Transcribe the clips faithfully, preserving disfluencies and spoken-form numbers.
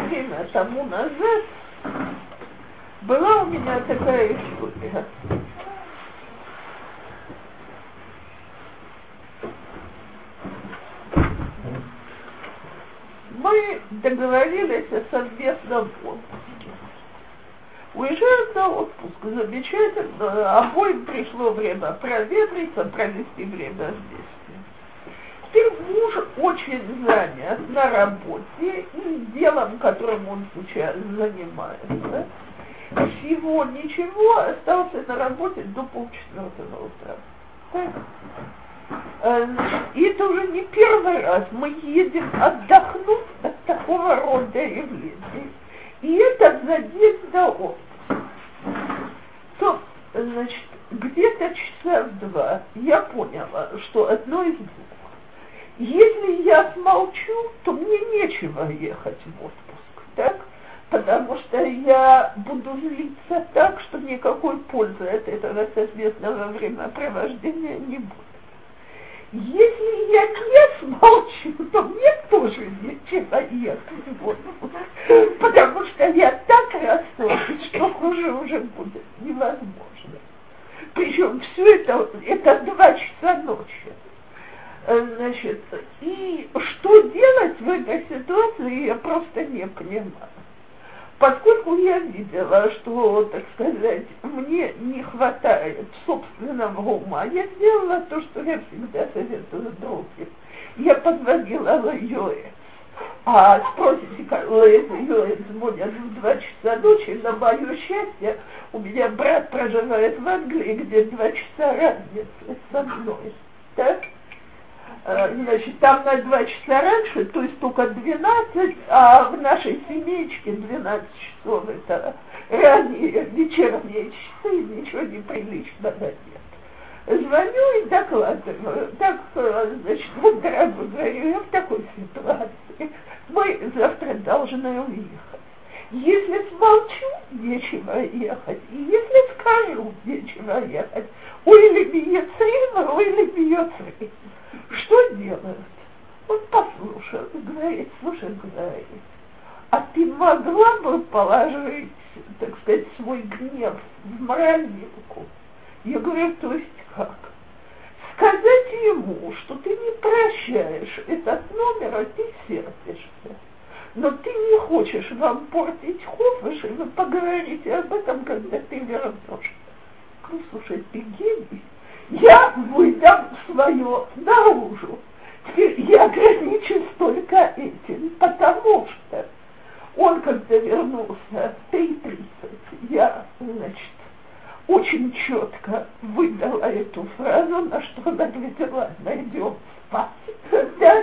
время тому назад была у меня такая история. Мы договорились о совместном отпуске. Уезжаем на отпуск, замечательно, обоим пришло время проветриться, провести время вместе. Теперь муж очень занят на работе и делом, которым он сейчас занимается. Всего ничего, остался на работе до полчетвертого утра. Так. Значит, и это уже не первый раз мы едем отдохнуть от такого рода явлений. И это за день до отпуска. То, значит, где-то часа в два я поняла, что одно из двух. Если я смолчу, то мне нечего ехать в отпуск, так? Потому что я буду злиться так, что никакой пользы от этого совместного времяпровождения не будет. Если я не смолчу, то мне тоже нечего ехать в отпуск, потому что я так расстроюсь, что хуже уже будет невозможно. Причем все это, это два часа ночи. Значит, и что делать в этой ситуации, я просто не понимаю. Поскольку я видела, что, так сказать, мне не хватает собственного ума, я сделала то, что я всегда советую другим. Я позвонила Лэйоэц. А спросите, как Лэйоэц звонят в два часа ночи, на мое счастье, у меня брат проживает в Англии, где два часа разницы со мной. Так? Значит, там на два часа раньше, то есть только двенадцать, а в нашей семейке двенадцать часов это ранние вечерние часы, ничего неприличного нет. Звоню и докладываю. Так, значит, вот, дорогой, говорю, я в такой ситуации. Мы завтра должны уехать. Если смолчу, нечего ехать. И если скажу, нечего ехать. Ой, ли миецрим, ой, ли миецрим. Что делать? Он послушал и говорит, слушай, говорит, а ты могла бы положить, так сказать, свой гнев в морозилку? Я говорю, то есть как? Сказать ему, что ты не прощаешь этот номер, а ты сердишься. Но ты не хочешь вам портить хофиш, и вы поговорите об этом, когда ты вернешься. Ну, слушай, ты гений. Я выдам свое наружу. Теперь я ограничусь только этим, потому что он, когда вернулся в три тридцать, я, значит, очень четко выдала эту фразу, на что она говорит, ладно, идем спать. Да?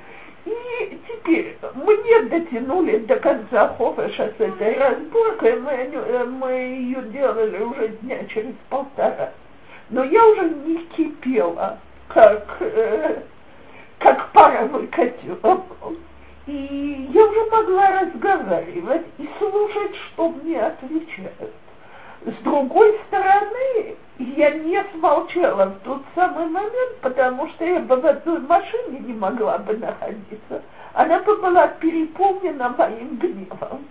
И теперь мне дотянули до конца хофиша с этой разборкой, мы, мы ее делали уже дня через полтора. Но я уже не кипела, как, э, как паровой котел. И я уже могла разговаривать и слушать, что мне отвечают. С другой стороны, я не смолчала в тот самый момент, потому что я бы в одной машине не могла бы находиться. Она бы была переполнена моим гневом.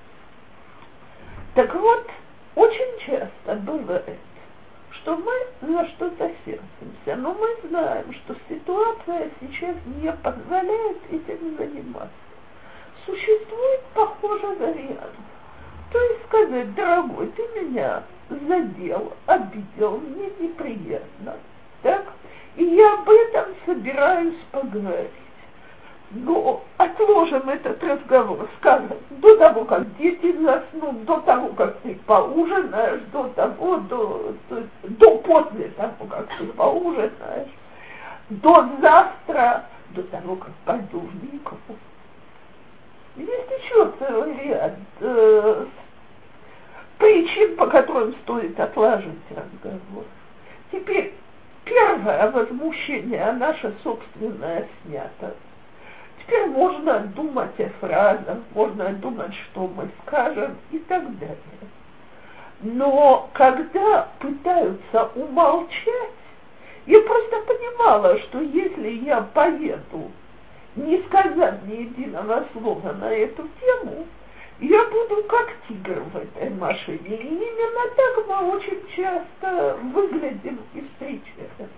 Так вот, очень часто бывает, что мы за что-то сердимся, но мы знаем, что ситуация сейчас не позволяет этим заниматься. Существует похожий вариант. То есть сказать, дорогой, ты меня задел, обидел, мне неприятно, так? И я об этом собираюсь поговорить. Но отложим этот разговор, скажем, до того, как дети заснут, до того, как ты поужинаешь, до того, до, до, до после того, как ты поужинаешь, до завтра, до того, как пойду в микро. Есть еще целый ряд э, причин, по которым стоит отложить разговор. Теперь, первое возмущение, наше собственное, снято. Теперь можно думать о фразах, можно думать, что мы скажем и так далее. Но когда пытаются умолчать, я просто понимала, что если я поеду, не сказав ни единого слова на эту тему, Я буду как тигр в этой машине. И именно так мы очень часто выглядим и встречаем.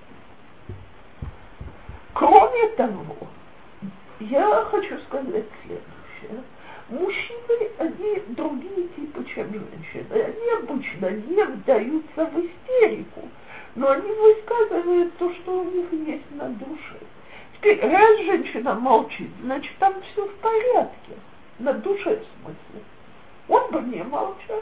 Кроме того, я хочу сказать следующее. Мужчины, они другие типы, чем женщины. Они обычно не вдаются в истерику, но они высказывают то, что у них есть на душе. Теперь, раз женщина молчит, значит, там все в порядке. На душе, в смысле. Он бы не молчал.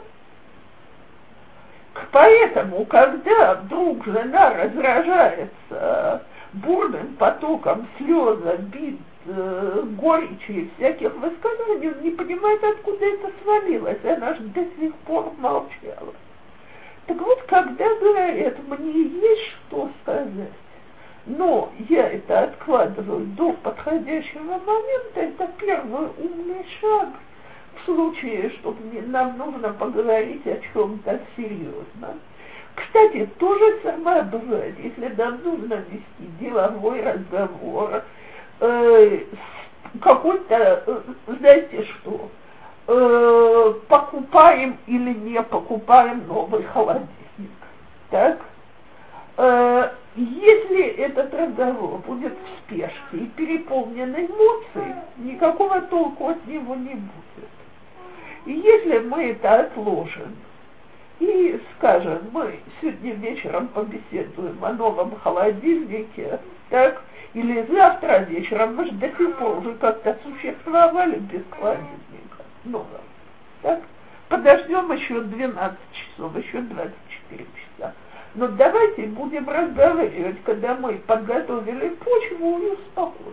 Поэтому, когда вдруг жена разражается бурным потоком слез, обид, э, горечи и всяких высказываний, он не понимает, откуда это свалилось. Она же до сих пор молчала. Так вот, когда говорят, мне есть что сказать, но я это откладываю до подходящего момента, это первый умный шаг в случае, что нам нужно поговорить о чем-то серьезном. Кстати, то же самое бывает, если нам нужно вести деловой разговор, э, какой-то, э, знаете что, э, покупаем или не покупаем новый холодильник, так? Э, если этот разговор будет в спешке и переполнен эмоцией, никакого толку от него не будет. И если мы это отложим и скажем, мы сегодня вечером побеседуем о новом холодильнике, так, или завтра вечером, мы же до сих пор уже как-то существовали без холодильника нового, так, подождем еще двенадцать часов, еще двадцать четыре часа. Но давайте будем разговаривать, когда мы подготовили почву и успокоились.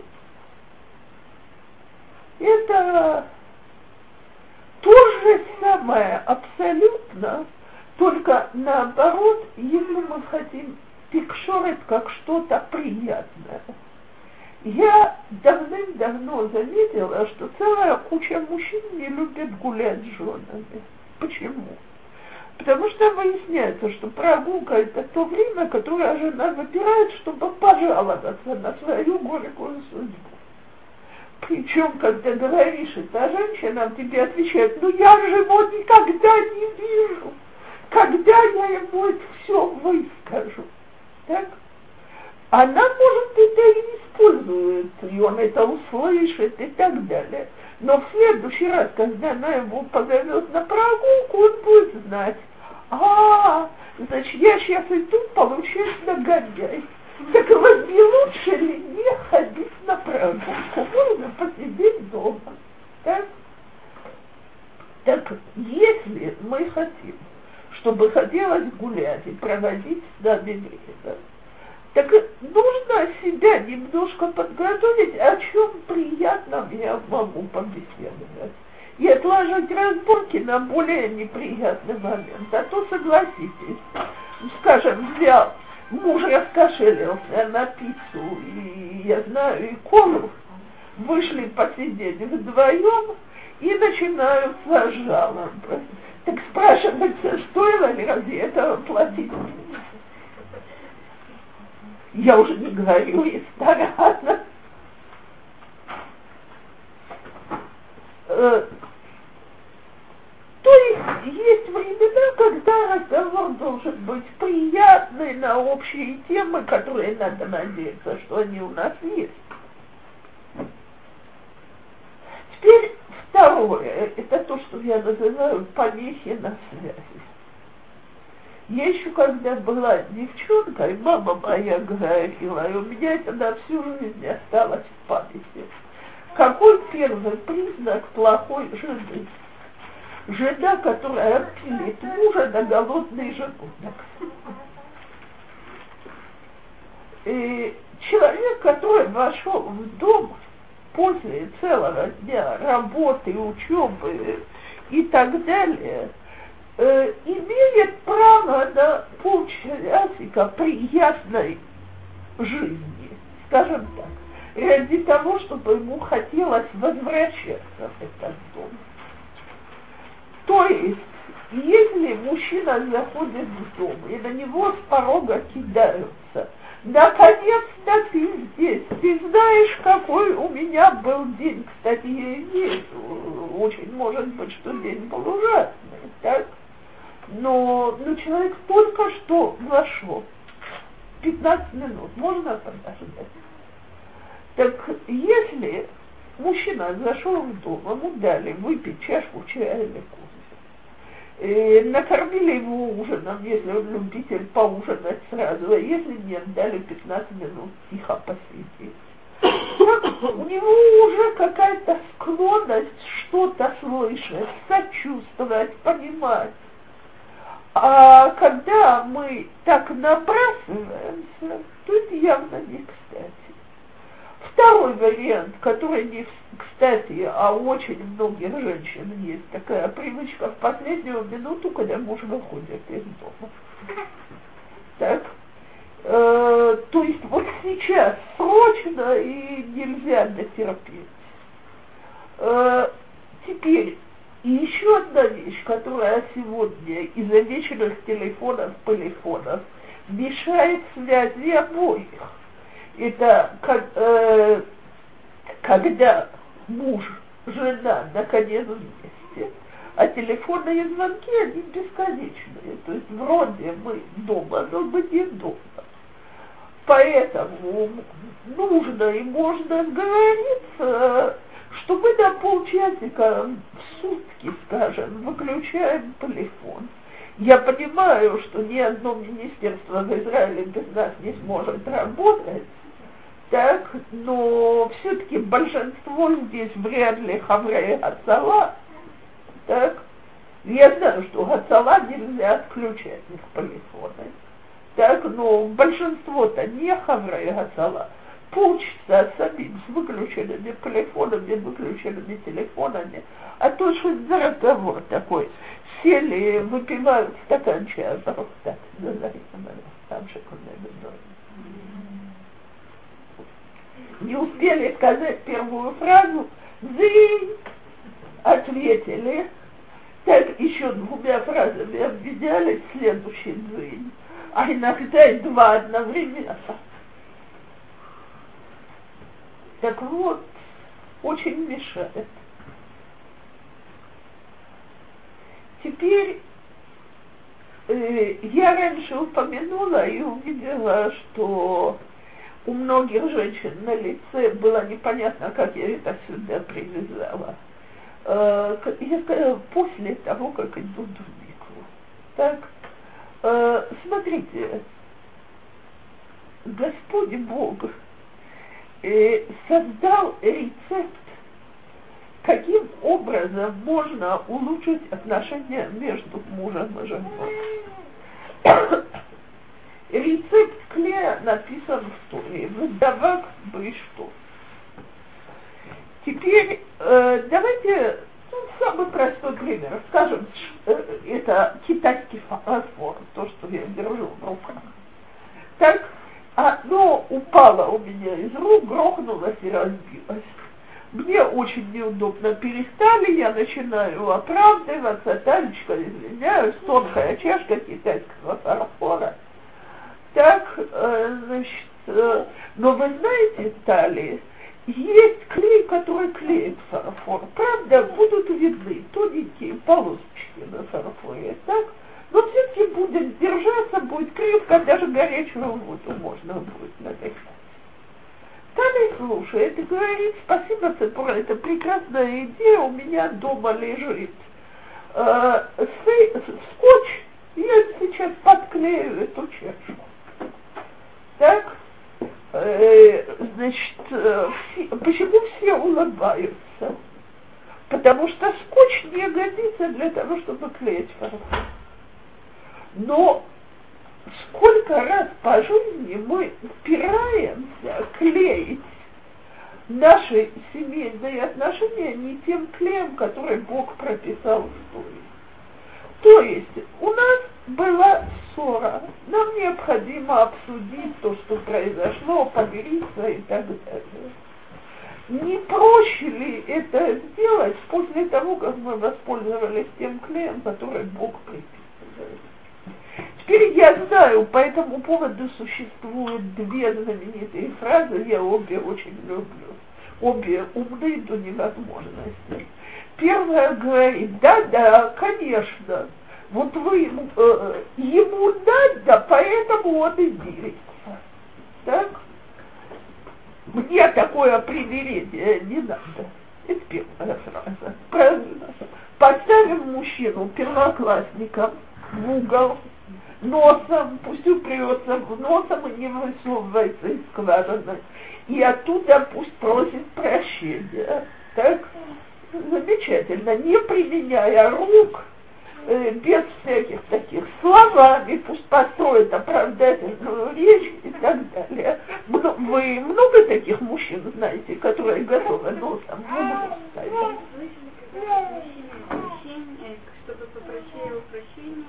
Это то же самое абсолютно, только наоборот, если мы хотим тикшорет как что-то приятное. Я давным-давно заметила, что целая куча мужчин не любит гулять с женами. Почему? Потому что выясняется, что прогулка – это то время, которое жена выбирает, чтобы пожаловаться на свою горькую судьбу. Причем, когда говоришь это женщинам, тебе отвечают, ну я же его никогда не вижу, когда я ему это все выскажу. Так? Она, может, это и использует, и он это услышит и так далее. Но в следующий раз, когда она его позовет на прогулку, он будет знать, а, значит, я сейчас иду получать нагоняй. Так вот, не лучше ли не ходить на прогулку? Можно посидеть дома. Так? Так, если мы хотим, чтобы хотелось гулять и проводить с нами время, так нужно себя немножко подготовить, о чем приятном я могу побеседовать. И отложить разборки на более неприятный момент. А то, согласитесь, скажем, взял, муж раскошелился на пиццу и, я знаю, и колу, вышли посидеть вдвоем и начинаются жалобы. Так спрашивается, стоило ли ради этого платить? Я уже не говорю ресторана. Э, то есть есть времена, когда разговор должен быть приятный на общие темы, которые надо надеяться, что они у нас есть. Теперь второе, это то, что я называю помехи на связи. Я еще когда была девчонкой, мама моя говорила, и у меня это на всю жизнь осталось в памяти. Какой первый признак плохой жены? Жена, которая пилит мужа на голодный желудок. И человек, который вошел в дом после целого дня работы, учебы и так далее, э, имеет право на полчасика приятной жизни, скажем так, ради того, чтобы ему хотелось возвращаться в этот дом. То есть, если мужчина заходит в дом, и на него с порога кидаются, Наконец-то ты здесь. Ты знаешь, какой у меня был день. Кстати, я и здесь. Очень может быть, что день был ужасный, так? Но, но человек только что вошел. пятнадцать минут. Можно подождать? Так если мужчина зашел в дом, ему дали выпить чашку чая или кофе, э, накормили его ужином, если он любитель поужинать сразу, а если нет, дали пятнадцать минут тихо посидеть. Так, у него уже какая-то склонность что-то слышать, сочувствовать, понимать. А когда мы так набрасываемся, то это явно не кстати. Второй вариант, который не кстати, а у очень многих женщин есть такая привычка в последнюю минуту, когда муж выходит из дома. Так? Э, то есть вот сейчас срочно и нельзя дотерпеть. Э, теперь и еще одна вещь, которая сегодня из-за вечерних телефонов, полифонов мешает связи обоих. Это как, э, когда муж, жена наконец вместе, а телефонные звонки, они бесконечные. То есть вроде мы дома, но мы не дома. Поэтому нужно и можно сговориться, что мы на полчасика в сутки, скажем, выключаем телефон. Я понимаю, что ни одно министерство в Израиле без нас не сможет работать, так, но все-таки большинство здесь вряд ли хаврей Гацала, так. Я знаю, что Гацала нельзя отключать их телефоны. Так, но большинство-то не хаврей Гацала. Полчаса самим с выключенными телефонами, выключенными телефонами, а то что за разговор такой. Сели, выпивают стакан чая, так, там шоколадное вино. Не успели сказать первую фразу, дзынь, ответили, так еще двумя фразами обменялись, следующий дзынь, а иногда и два одновременно. Так вот, очень мешает. Теперь э, я раньше упомянула и увидела, что у многих женщин на лице было непонятно, как я это сюда привязала. Э, я сказала, после того, как идут в микву. Так, э, смотрите, Господь Бог э, создал рецепт, каким образом можно улучшить отношения между мужем и женой. Рецепт клея написан в Торе. Вдавак бы что. Теперь э, давайте ну, самый простой пример. Скажем, э, это китайский фарфор, то, что я держу в руках. Так, оно упало у меня из рук, грохнулось и разбилось. Мне очень неудобно, перестали, я начинаю оправдываться, Танечка, извиняюсь, тонкая чашка китайского фарфора. Так, э, значит, э, но вы знаете, Тали, есть клей, который клеит фарфор. Правда, будут видны тоненькие полосочки на фарфоре, так? Но все-таки будет держаться, будет крепко, даже горячую воду можно будет написать. Тали слушает и говорит, спасибо, Цепура, это прекрасная идея, у меня дома лежит э, скотч, я сейчас подклею эту чашу. Так, э, значит, э, все, почему все улыбаются? Потому что скотч не годится для того, чтобы клеить фарфор. Но сколько раз по жизни мы упираемся клеить наши семейные отношения не тем клеем, который Бог прописал в Торе. То есть у нас была ссора, нам необходимо обсудить то, что произошло, помириться и так далее. Не проще ли это сделать после того, как мы воспользовались тем клеем, который Бог приписывает? Теперь я знаю, по этому поводу существуют две знаменитые фразы, я обе очень люблю. Обе умные до невозможности. Первая говорит: да-да, конечно, вот вы ему, э, ему надо, поэтому он и делится. Так? Мне такое примирение не надо. Это первая фраза. Правильно. Поставим мужчину первоклассником в угол, носом, пусть упрется в носом и не высовывается из скважины. И оттуда пусть просит прощения. Так? Замечательно. Не применяя рук, э, без всяких таких словами, пусть построит оправдательную речь и так далее. Мно, вы много таких мужчин знаете, которые готовы носом в угол ставить? Чтобы попросил прощения.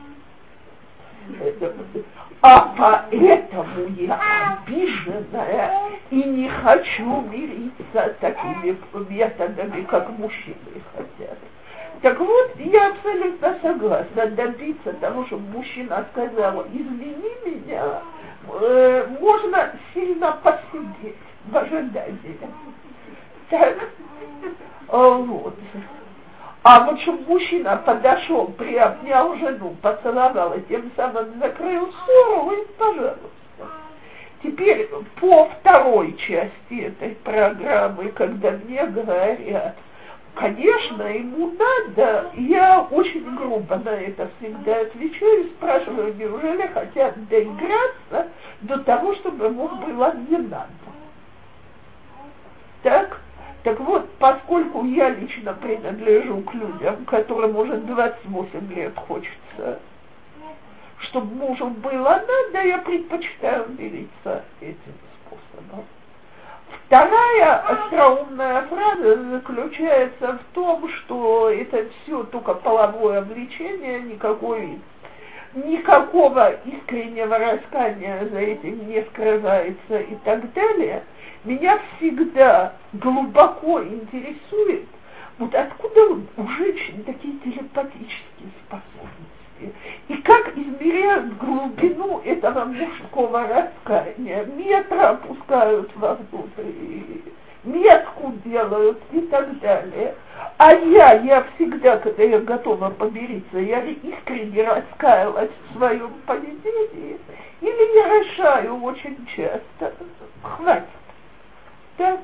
А поэтому я обиженная и не хочу мириться такими методами, как мужчины хотят. Так вот, я абсолютно согласна добиться того, чтобы мужчина сказал: извини меня, э, можно сильно посидеть в ожидании. Так, вот. А вот чтобы мужчина подошел, приобнял жену, поцеловал и тем самым закрыл ссору, и пожалуйста. Теперь по второй части этой программы, когда мне говорят: конечно, ему надо, я очень грубо на это всегда отвечаю и спрашиваю: неужели хотят доиграться до того, чтобы ему было не надо? Так? Так вот, поскольку я лично принадлежу к людям, которым уже двадцать восемь лет хочется, чтобы мужу было надо, я предпочитаю мириться этим способом. Вторая остроумная фраза заключается в том, что это все только половое влечение, никакой, никакого искреннего раскаяния за этим не скрывается и так далее. Меня всегда глубоко интересует, вот откуда у женщин такие телепатические способности, и как измеряют глубину этого мужского раскаяния. Метр опускают вовнутрь, метку делают и так далее. А я, я всегда, когда я готова помириться, я искренне раскаялась в своем поведении, или я решаю очень часто: хватит. Так.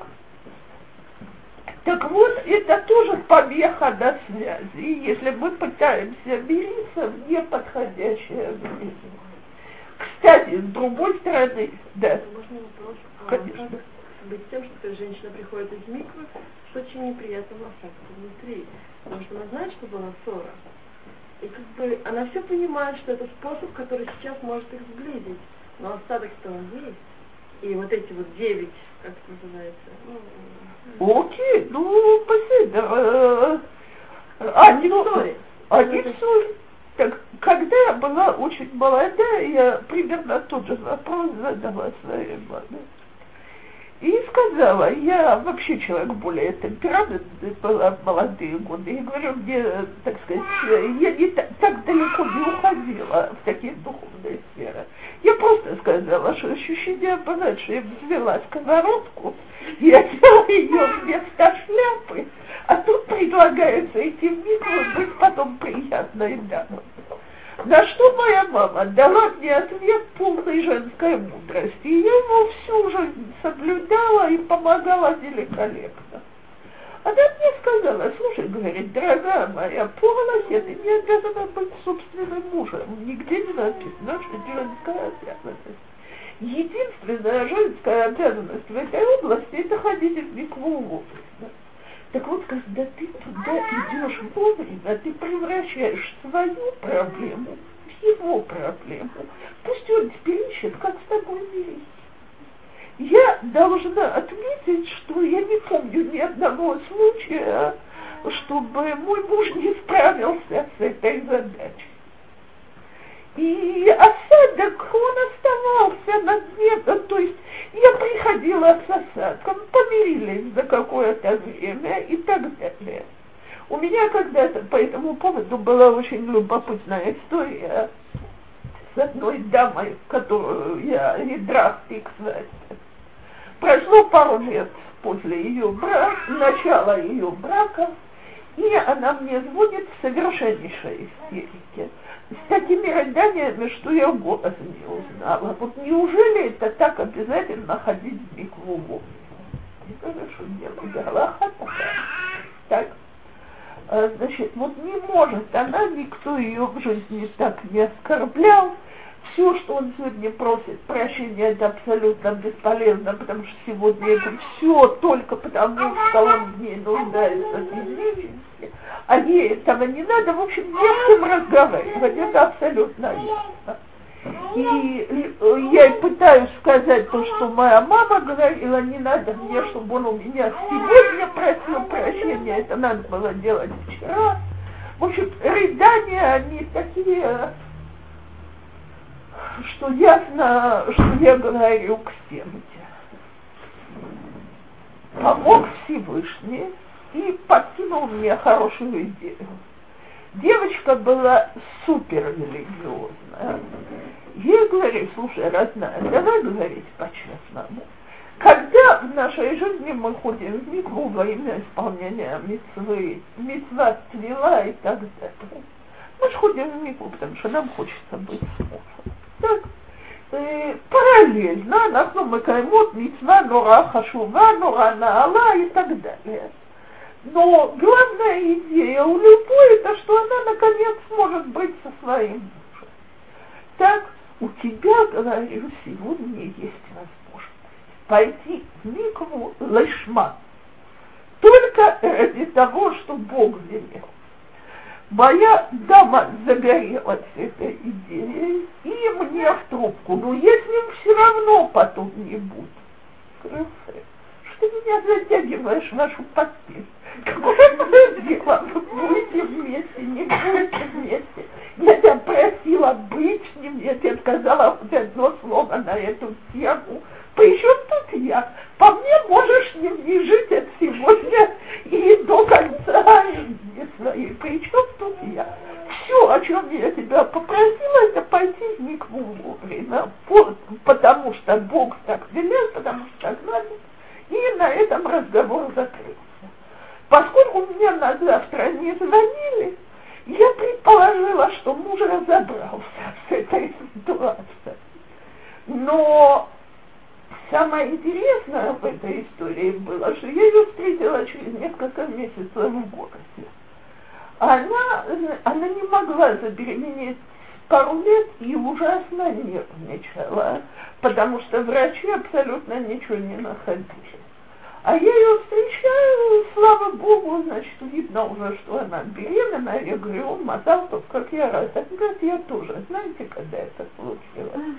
Так вот, это тоже помеха до связи, если мы пытаемся мириться в неподходящее время. Кстати, с другой стороны, да. Можно вопрос? Конечно. А как быть с тем, что женщина приходит из миквы с очень неприятным аффектом внутри, потому что она знает, что была ссора. И как бы она все понимает, что это способ, который сейчас может их сблизить, но остаток-то он есть. И вот эти вот девять, как это называется? Ну, окей, ну, спасибо. Они в ссоре. Они в ссоре. Так, когда я была очень молодая, я примерно тот же вопрос задала своей маме. И сказала: я вообще человек более темпераментный была в молодые годы. И говорю, мне, так сказать, я не так, так далеко не уходила в такие духовные сферы. Я просто сказала, что ощущение было, что я взяла сковородку и одела ее вместо шляпы, а тут предлагается идти в микву и быть потом приятной дамой. На что моя мама дала мне ответ полной женской мудрости. И я его всю жизнь соблюдала и помогала великолепно. Она мне сказала: слушай, говорит, дорогая моя, полностью ты не обязана быть собственным мужем. Нигде не написано, что это женская обязанность. Единственная женская обязанность в этой области — это ходить в микву вовремя. Так вот, когда ты туда идешь вовремя, ты превращаешь свою проблему в его проблему. Пусть он теперь ищет, как с тобой мириться. Я должна отметить, что я не помню ни одного случая, чтобы мой муж не справился с этой задачей. И осадок, он оставался на дне, то есть я приходила с осадком, помирились за какое-то время и так далее. У меня когда-то по этому поводу была очень любопытная история. с одной дамой, которую я редрах пиксвать. Прошло пару лет после ее брака, начала ее брака, и она мне звонит в совершеннейшей истерике. С такими рыданиями, что я голос не узнала. Вот неужели это так обязательно ходить в микву? Не говорю, что делать, галаха такая. Так. Значит, вот не может она, никто ее в жизни так не оскорблял. Все, что он сегодня просит прощения, это абсолютно бесполезно, потому что сегодня это все только потому, что он в ней нуждается физически, а ей этого не надо. В общем, не с кем разговаривать, это абсолютно ясно. И я пытаюсь сказать то, что моя мама говорила, не надо мне, чтобы он у меня сегодня просил прощения, это надо было делать вчера. В общем, рыдания, они такие, что ясно, что я говорю к стенке. Помог Всевышний и подкинул мне хорошую идею. Девочка была супер религиозная. Я говорю, слушай, родная, давай говорить по-честному. Когда в нашей жизни мы ходим в микву во имя исполнения мицвы, мицва твила и так далее, мы же ходим в микву, потому что нам хочется быть с мужем. Так, э, параллельно אנחנו מקיימות מצווה נורא חשובה, נורא נעלה и так далее. Но главная идея у любой, это что она наконец сможет быть со своим мужем. Так, у тебя, говорю, сегодня есть возможность пойти в микву лешма. Только ради того, что Бог велел. Моя дама загорелась этой идеей, и мне в трубку, ну я с ним все равно потом не буду. Говорю, что ты меня затягиваешь в нашу постель? Какое твое дело? Вы будете вместе, не будете вместе. Я тебя просила быть с ним, я тебе сказала хоть одно слово на эту тему. Причем тут я? По мне можешь с ним не жить от сегодня и до конца жизни своей. Причем тут я? Все, о чем я тебя попросила, это пойти в микву вовремя. Потому что Бог так велел, потому что так надо. И на этом разговор закрылся. Поскольку меня на завтра не звонили, я предположила, что муж разобрался с этой ситуацией. Но самое интересное в этой истории было, что я ее встретила через несколько месяцев в городе. Она, она не могла забеременеть пару лет и ужасно нервничала, потому что врачи абсолютно ничего не находили. А я ее встречаю, слава богу, значит, видно уже, что она беременна. Я говорю, он мотал, как я рада. Она говорит, я тоже. Знаете, когда это случилось?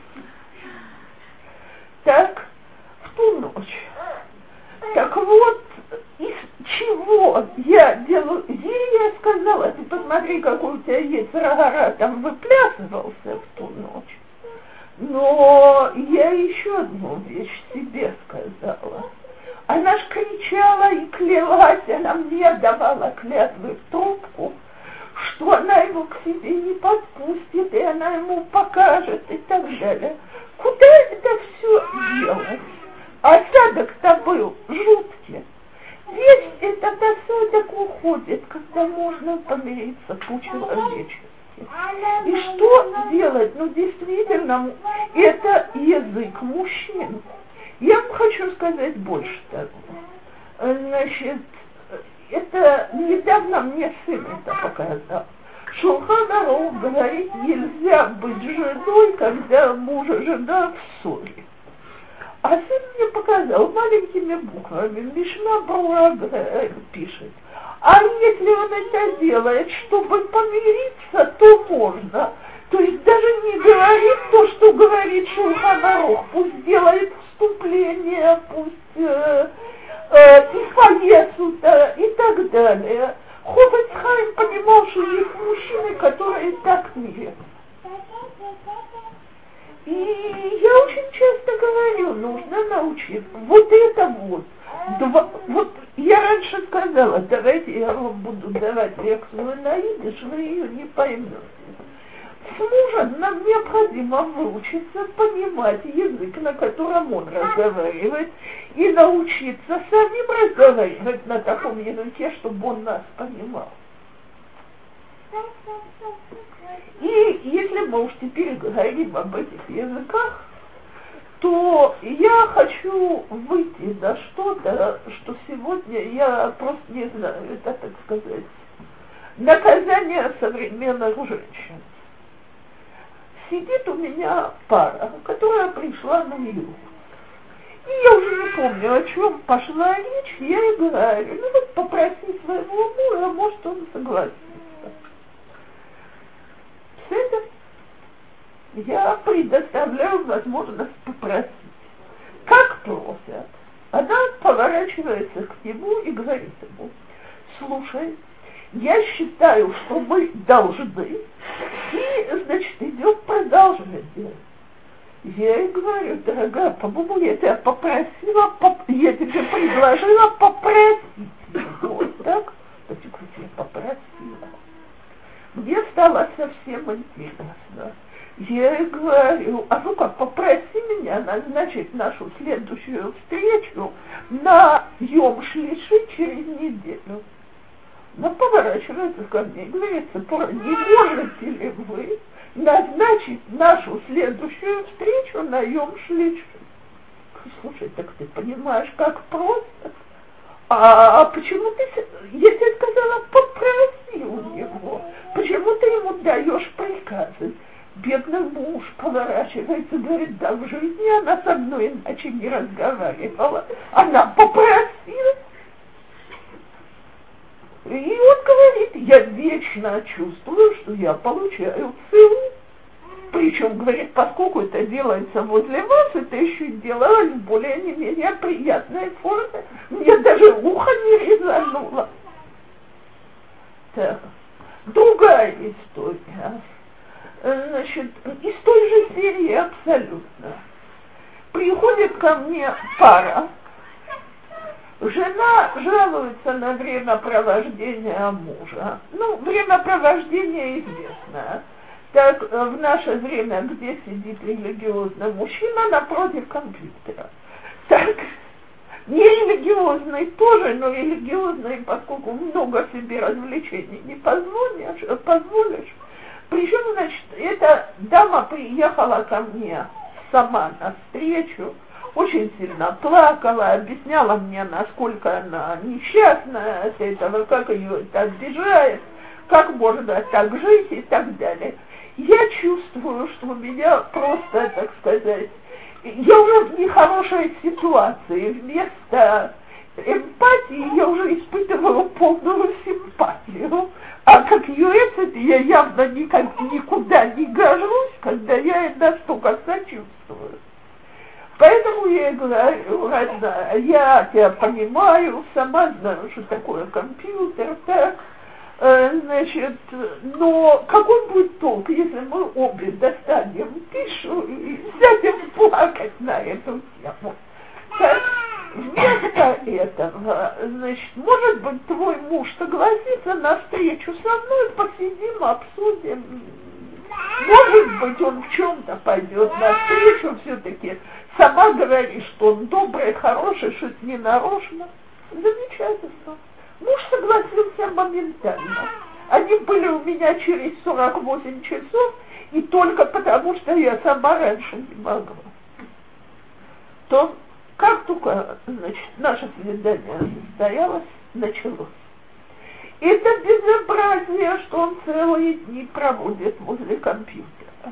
Так, в ту ночь. Так вот, из чего я делаю? Ей я сказала, ты посмотри, какой у тебя есть рагара, там выплясывался в ту ночь. Но я еще одну вещь себе сказала. Она ж кричала и клялась, она мне давала клятвы в трубку, что она его к себе не подпустит, и она ему покажет и так далее. Куда это все делать? Осадок-то был жуткий. Весь этот осадок уходит, когда можно помириться по-человечески. И что делать? Ну, действительно, это язык мужчин. Я вам хочу сказать больше того. Значит, это недавно мне сын это показал. Шулхан Арух говорит, нельзя быть женой, когда муж и жена в ссоре. А сын мне показал маленькими буквами, Мишна Брура пишет. А если он это делает, чтобы помириться, то можно. То есть даже не говорит то, что говорит Шулхан Арух, пусть делает вступление, пусть э, э, и поесут, и так далее. Хофец Хаим понимал, что есть мужчины, которые так мирятся. И я очень часто говорю, нужно научиться. Вот это вот. Два, вот я раньше сказала, давайте я вам буду давать лекцию на идиш, вы ее не поймете. С мужем нам необходимо выучиться понимать язык, на котором он разговаривает, и научиться самим разговаривать на таком языке, чтобы он нас понимал. И если мы уж теперь говорим об этих языках, то я хочу выйти на что-то, что сегодня я просто не знаю, это, так сказать, наказание современных женщин. Сидит у меня пара, которая пришла на юг. И я уже не помню, о чем пошла речь, я ей говорю, ну вот попроси своего мужа, может он согласится. Все это я предоставляю возможность попросить. Как просят, она поворачивается к нему и говорит ему: слушай, я считаю, что мы должны, и, значит, идем продолжать делать. Я ей говорю: дорогая, по-моему, я тебя попросила, поп... я тебе предложила попросить его, так? Так я попросила. Мне стало совсем интересно. Я ей говорю: а ну-ка, попроси меня назначить нашу следующую встречу на Йом Шлиши через неделю. Она поворачивается ко мне и говорит: Ципора, не можете ли вы назначить нашу следующую встречу на Йом Шлиши? Слушай, так ты понимаешь, как просто? А, а почему ты, я тебе сказала, попроси у него, почему ты ему даешь приказы? Бедный муж поворачивается и говорит: да, в жизни она со мной иначе не разговаривала, она попросила. И он говорит: я вечно чувствую, что я получаю ссылу. Причем, говорит, поскольку это делается возле вас, это еще делалось в более не менее приятной форме. Мне даже ухо не резануло. Так, другая история. Значит, из той же серии абсолютно. Приходит ко мне пара. Жена жалуется на времяпровождение мужа. Ну, времяпровождение известное. Так, в наше время, где сидит религиозный мужчина напротив компьютера. Так, нерелигиозный тоже, но религиозный, поскольку много себе развлечений не позволишь, позволишь. Причем, значит, эта дама приехала ко мне сама на встречу, очень сильно плакала, объясняла мне, насколько она несчастная от этого, как ее это обижает, как можно так жить и так далее. Я чувствую, что у меня просто, так сказать, я уже в нехорошей ситуации. Вместо эмпатии я уже испытываю полную симпатию. А как ю эс я явно никак, никуда не гожусь, когда я настолько сочувствую. Поэтому я говорю: родная, я тебя понимаю, сама знаю, что такое компьютер, так, э, значит, но какой будет толк, если мы обе достанем пишу и сядем плакать на эту тему? Так, вместо этого, значит, может быть, твой муж согласится на встречу со мной, посидим, обсудим. Может быть, он в чем-то пойдет навстречу, все-таки сама говорит, что он добрый, хороший, что это не нарочно. Замечательно. Муж согласился моментально. Они были у меня через сорок восемь часов, и только потому, что я сама раньше не могла. То, как только, значит, наше свидание состоялось, началось. Это безобразие, что он целые дни проводит возле компьютера.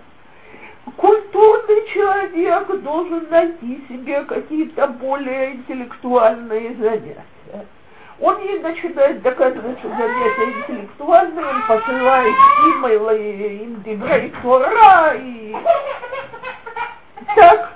Культурный человек должен найти себе какие-то более интеллектуальные занятия. Он ей начинает доказывать, что занятия интеллектуальные, он посылает имейлы, им дебрей Тора и так.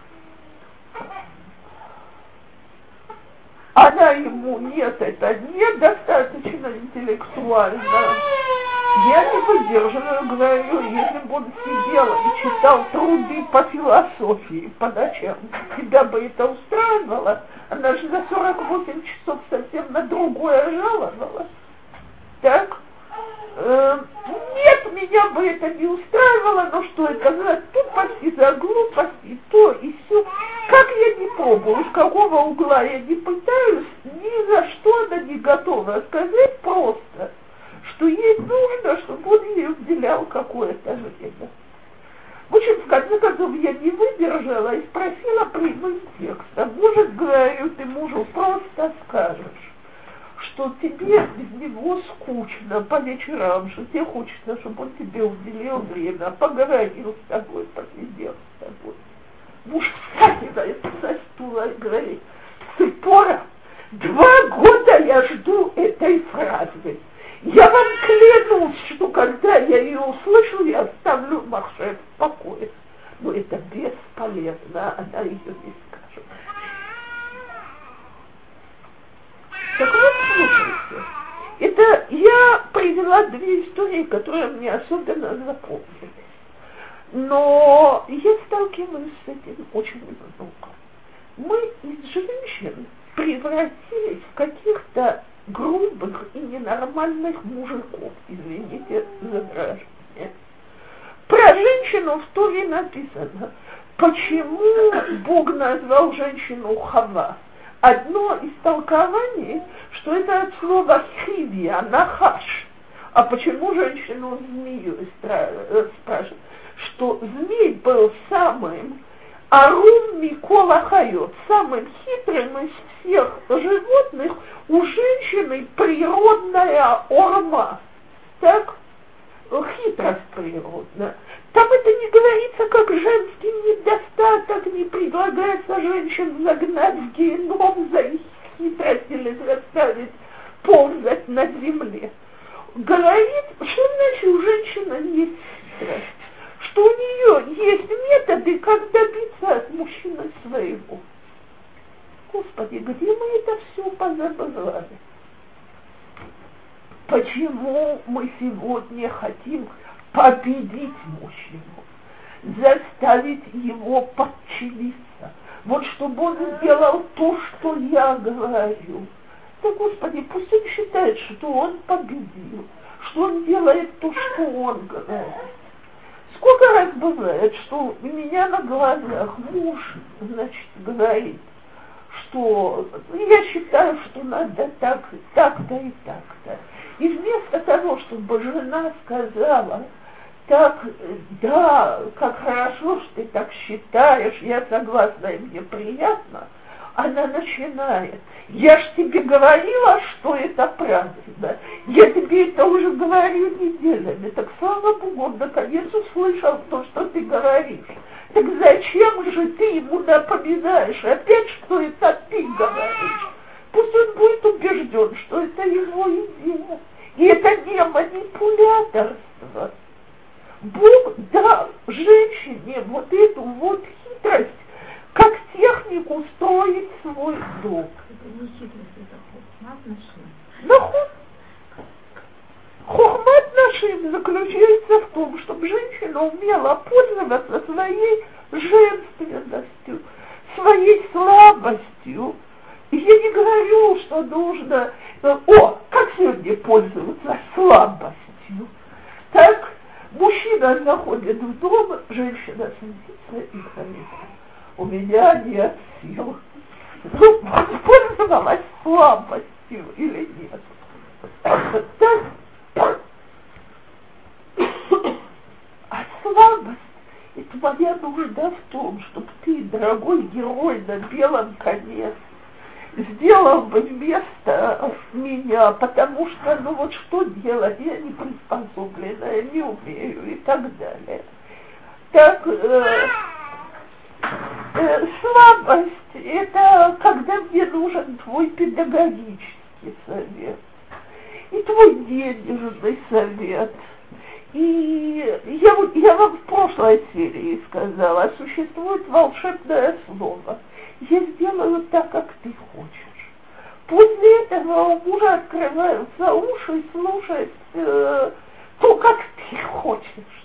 Она ему: нет, это недостаточно интеллектуально. Я не выдерживаю, говорю, если бы он сидел и читал труды по философии по ночам, тебя бы это устраивало? Она же за сорок восемь часов совсем на другое жаловалась. Так? Э, нет, меня бы это не устраивало, но что это за тупость и за глупость, и то, и все. Как я не пробую, с какого угла я не пытаюсь, ни за что она не готова сказать просто, что ей нужно, чтобы он ей уделял какое-то время. В общем, в конце концов, я не выдержала и спросила прямым текстом. Может, говорю, ты мужу просто скажешь, что тебе без него скучно по вечерам, что тебе хочется, чтобы он тебе уделил время, поговорил с тобой, посидел с тобой. Муж вскакивает со стула и говорит: Ципора, два года я жду этой фразы. Я вам клянусь, что когда я ее услышу, я оставлю Махше в покое. Но это бесполезно, она ее не скажет. Так вот, слушайте, это я привела две истории, которые мне особенно запомнились. Но я сталкиваюсь с этим очень много. Мы из женщин превратились в каких-то грубых и ненормальных мужиков, извините за выражение. Про женщину в Торе написано, почему Бог назвал женщину Хава. Одно из толкований, что это от слова хивия, нахаш. А почему женщину змею спрашивают? Что змей был самым арум микола хайот, самым хитрым из всех животных, у женщины природная орма. Так? Хитрость природная. Там это не говорится как женский недостаток, не предлагается женщин загнать в геном за их хитрость или заставить ползать на земле. Говорит, что значит у женщины есть хитрость, что у нее есть методы, как добиться от мужчины своего. Господи, где мы это все позабывали? Почему мы сегодня хотим победить мужчину, заставить его подчиниться, вот чтобы он сделал то, что я говорю? Да, Господи, пусть он считает, что он победил, что он делает то, что он говорит. Сколько раз бывает, что у меня на глазах муж, значит, говорит, что я считаю, что надо так, так-то и так-то. И вместо того, чтобы жена сказала, так, да, как хорошо, что ты так считаешь, я согласна, и мне приятно, она начинает: я ж тебе говорила, что это правильно, я тебе это уже говорю неделями, так слава Богу, он наконец услышал то, что ты говоришь. Так зачем же ты ему напоминаешь опять, что это ты говоришь? Пусть он будет убежден, что это его идея. И это не манипуляторство. Бог дал женщине вот эту вот хитрость, как технику строить свой дом. Это не хитрость, это хохмат нашим. Но хохмат нашим заключается в том, чтобы женщина умела пользоваться своей женственностью, своей слабостью. И я не говорю, что нужно, о, как сегодня пользоваться слабостью. Так, мужчина заходит в дом, женщина садится и говорит: у меня нет сил. Ну, пользовалась слабостью или нет? Так, а слабость и твоя нужда в том, чтобы ты, дорогой герой на белом коне, сделал бы вместо меня, потому что, ну вот что делать, я не приспособлена, не умею и так далее. Так, э, э, слабость – это когда мне нужен твой педагогический совет и твой денежный совет. И я, я вам в прошлой серии сказала, существует волшебное слово: я сделаю так, как ты хочешь. После этого у мужа открываются уши слушать э, то, как ты хочешь.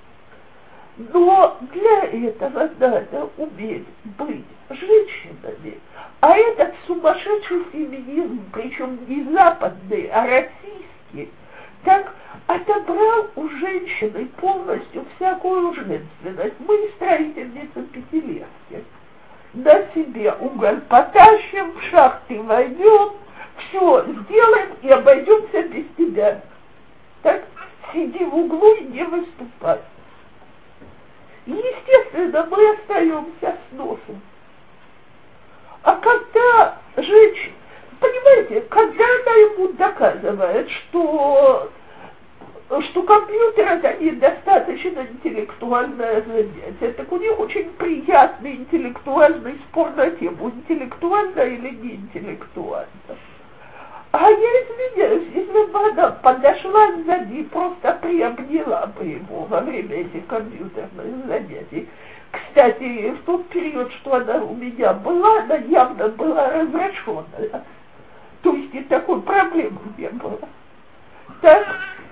Но для этого надо уметь быть женщинами. А этот сумасшедший феминизм, причем не западный, а российский, так отобрал у женщины полностью всякую женственность. Мы строительницы пятилетки. На себе уголь потащим, в шахты войдем, все сделаем и обойдемся без тебя. Так, сиди в углу и не выступай. Естественно, мы остаемся с носом. А когда женщина, понимаете, когда она ему доказывает, что, что компьютер это недостаточно интеллектуальное занятие, так у них очень приятный интеллектуальный спор на тему, интеллектуально или не интеллектуально. А я извиняюсь, если бы она подошла сзади и просто приобняла бы его во время этих компьютерных занятий. Кстати, в тот период, что она у меня была, она явно была развращенная. То есть и такой проблемы не было. Так,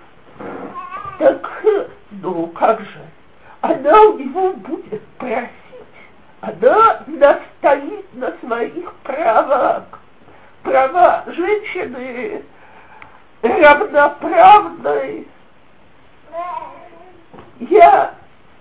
так, ну как же, она у него будет просить, она настоит на своих правах. Права женщины равноправной. Я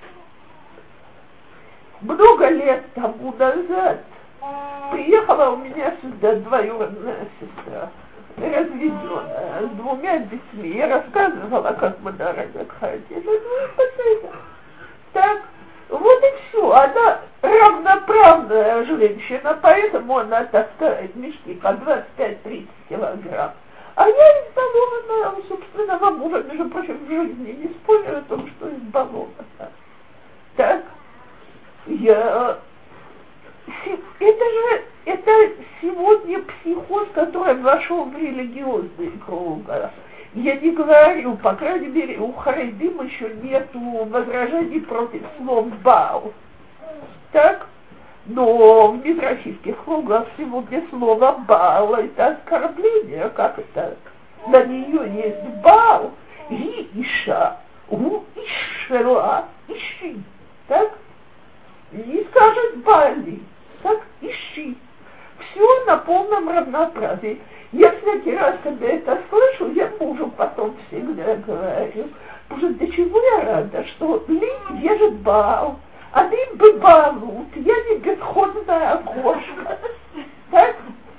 много лет тому назад приехала у меня сюда двоюродная сестра, разведенная, с двумя детьми. Я рассказывала, как мы на рынок ходили. Ну и посмотрите. Так, вот и все. Она равноправная женщина, поэтому она таскает мешки по двадцать пять тридцать килограмм. А я избалованная у собственного мужа, между прочим, в жизни не спорю о том, что избалованная. Так, я... Это же, это сегодня психоз, который вошел в религиозные круги. Я не говорю, по крайней мере, у харидим еще нету возражений против слов Баал. Так? Но в мизрахийских кругах сегодня слово Баал это оскорбление. Как это? На нее есть Баал, и Иша, у Ишела, Ищи. Так? Не скажет Бали. Так? Ищи. Все на полном равноправии. Я всякий раз, когда это слышу, я мужу потом всегда говорю, боже, до чего я рада, что Ли ежет Баал, а ты бы Баалут, я не бесходная кошка. Так?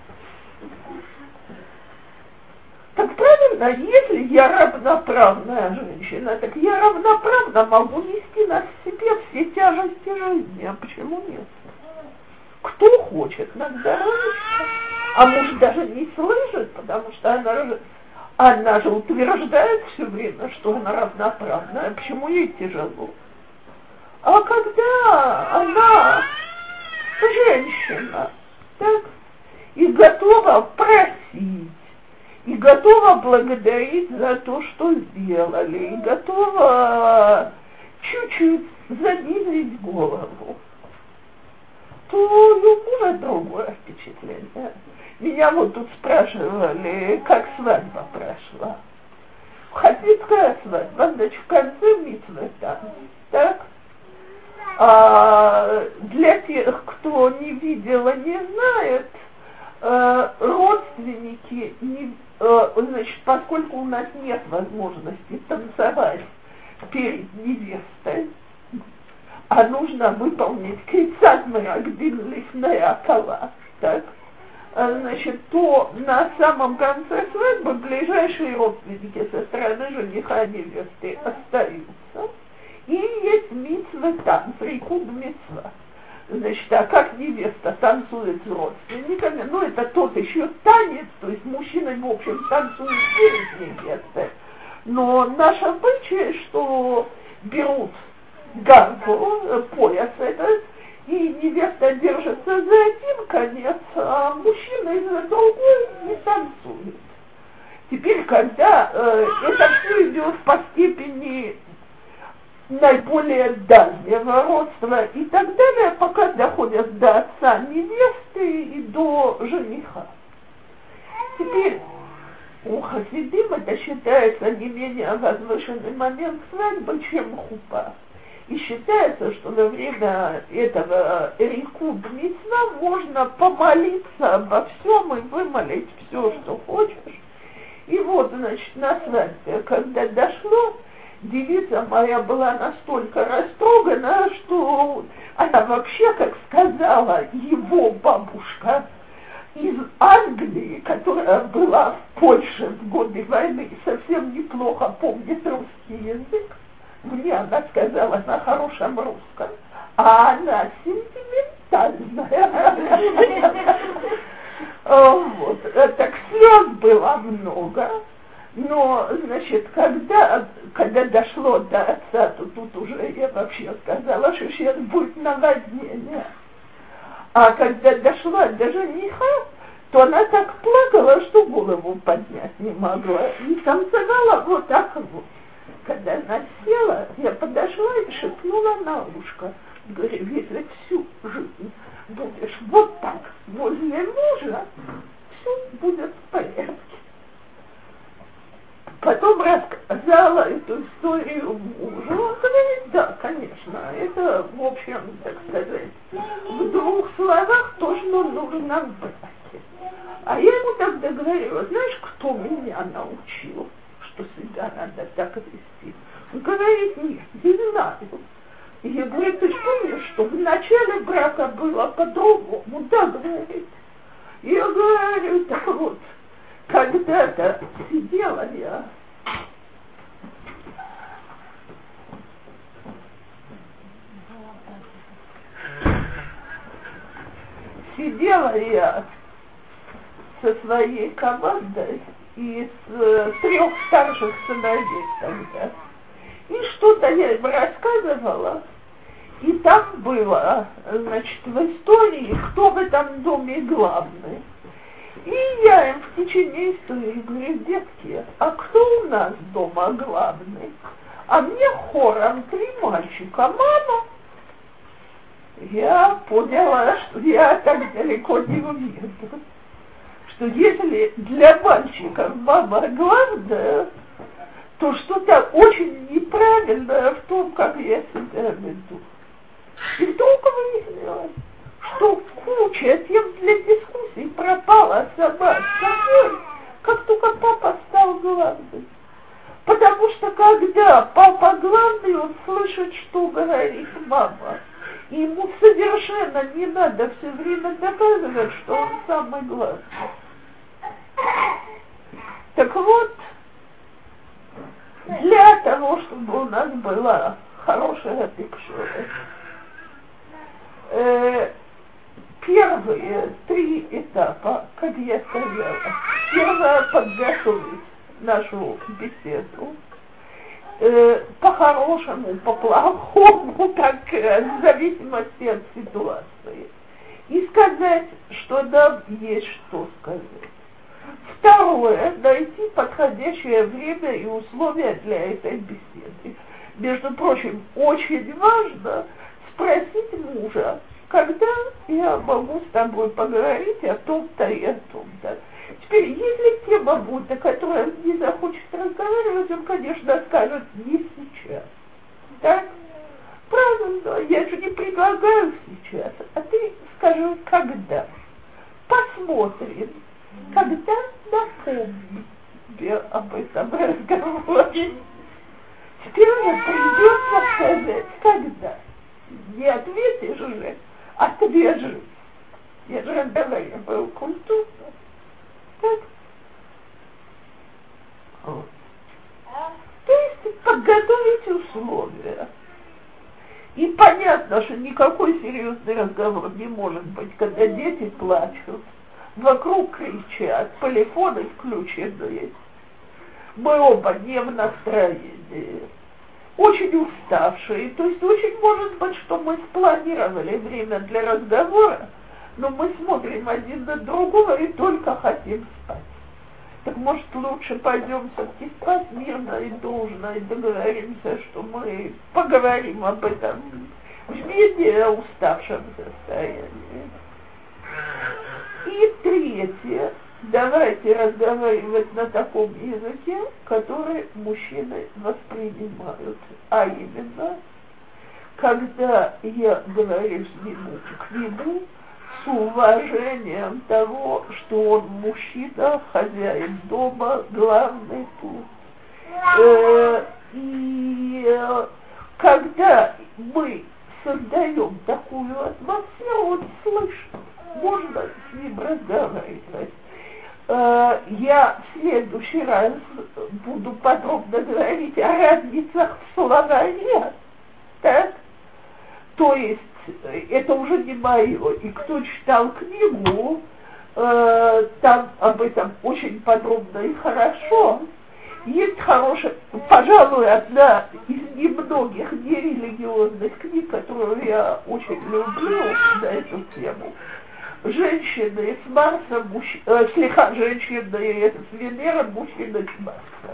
Так правильно, если я равноправная женщина, так я равноправно могу нести на себе все тяжести жизни, а почему нет? Кто хочет на здоровье? А муж даже не слышит, потому что она же, она же утверждает все время, что она равноправная. Почему ей тяжело? А когда она женщина, так, и готова просить, и готова благодарить за то, что сделали, и готова чуть-чуть занизить голову, то у мужа другое впечатление. Меня вот тут спрашивали, как свадьба прошла. Хасидская свадьба, значит, в конце мицвы там, так? А для тех, кто не видел и не знает, э, родственники, не, э, значит, поскольку у нас нет возможности танцевать перед невестой, а нужно выполнить кицат мирагдин лифнея кала, так? Значит, то на самом конце свадьбы ближайшие родственники со стороны жениха и невесты остаются. И есть мицва танц, рикуд мицва. Значит, а как невеста танцует с родственниками, ну это тот еще танец, то есть мужчина, в общем, танцует перед невестой. Но наш обычай, что берут гарку, пояс этот, и невеста держится за один конец, а мужчина за другой не танцует. Теперь, когда э, это все идет по степени наиболее дальнего родства и так далее, пока доходят до отца невесты и до жениха. Теперь у хасидим это считается не менее возвышенный момент свадьбы, чем хупа. И считается, что во время этого рикуд мицва можно помолиться обо всем и вымолить все, что хочешь. И вот, значит, значит, на свадьбе, когда дошло, девица моя была настолько растрогана, что она вообще, как сказала его бабушка из Англии, которая была в Польше в годы войны, совсем неплохо помнит русский язык, мне она сказала на хорошем русском, а она сентиментальная. Вот. Так слез было много, но, значит, когда, когда дошло до отца, то тут уже я вообще сказала, что сейчас будет наводнение. А когда дошла до жениха, то она так плакала, что голову поднять не могла. И танцевала вот так вот. Когда она села, я подошла и шепнула на ушко. Говорю, если всю жизнь будешь вот так возле мужа, все будет в порядке. Потом рассказала эту историю мужу. Он говорит, да, конечно, это, в общем, так сказать, в двух словах то, что нужно в браке. А я ему тогда говорила, знаешь, кто меня научил, что себя надо так вести? Он говорит, нет, не знаю. И я говорю, ты же помнишь, что в начале брака было по-другому? Да, говорит. И я говорю, так вот, когда-то сидела я, сидела я со своей командой из э, трех старших сыновей тогда. И что-то я им рассказывала, и там было, значит, в истории, кто в этом доме главный. И я им в течение истории говорю, детки, а кто у нас дома главный? А мне хором три мальчика, мама. Я поняла, что я так далеко не уеду. Что если для мальчиков мама главная, то что-то очень неправильное в том, как я себя веду. И вдруг выяснилось, что куча тем для дискуссий пропала сама собой, как только папа стал главным. Потому что когда папа главный, он слышит, что говорит мама. И ему совершенно не надо все время доказывать, что он самый главный. Так вот, для того, чтобы у нас была хорошая текстура, э, первые три этапа, как я сказала, первое подготовить нашу беседу, э, по-хорошему, по-плохому, как э, в зависимости от ситуации, и сказать, что нам есть что сказать. Второе, найти подходящее время и условия для этой беседы. Между прочим, очень важно спросить мужа, когда я могу с тобой поговорить о том-то и о том-то. Теперь, если тема будет, о которой он не захочет разговаривать, он, конечно, скажет не сейчас. Так? Правильно, я же не предлагаю сейчас, а ты скажи, когда. Посмотрим. Когда напомни тебе об этом разговоре. Теперь мне придется сказать, когда. Не ответишь же, отвяжи. Я же разговариваю культурно. Так? Вот. То есть подготовить условия. И понятно, что никакой серьезный разговор не может быть, когда дети плачут. Вокруг кричат, телефоны включены. Мы оба не в настроении, очень уставшие. То есть очень может быть, что мы спланировали время для разговора, но мы смотрим один на другого и только хотим спать. Так может лучше пойдем все-таки спать мирно и дружно и договоримся, что мы поговорим об этом в менее уставшем состоянии. И третье, давайте разговаривать на таком языке, который мужчины воспринимают. А именно, когда я говорю с нему, к нему, с уважением того, что он мужчина, хозяин дома, главный тут. Э, и э, когда мы создаем такую атмосферу, он слышит, можно с ним разговаривать. Э, я в следующий раз буду подробно говорить о разницах в словаре, так? То есть это уже не мое. И кто читал книгу, э, там об этом очень подробно и хорошо. Есть хорошая, пожалуй, одна из немногих нерелигиозных книг, которую я очень люблю на эту тему. Женщины с Марса, мужч... э, слегка женщины с Венеры, мужчины с Марса.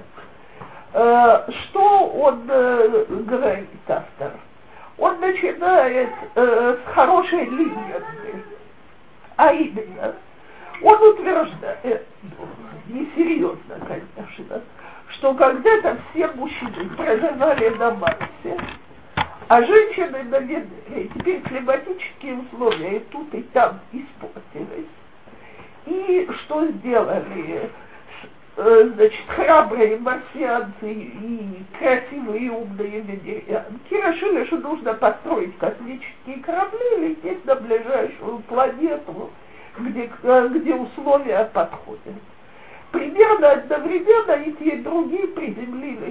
Э, что он э, говорит, автор? Он начинает э, с хорошей легенды, а именно, он утверждает, несерьезно, конечно, что когда-то все мужчины проживали на Марсе, а женщины на Венере. Теперь климатические условия и тут, и там испортились. И что сделали? Значит, храбрые марсианцы и красивые и умные венерианки решили, что нужно построить космические корабли и лететь на ближайшую планету, где, где условия подходят. Примерно одновременно и те, и другие приземлились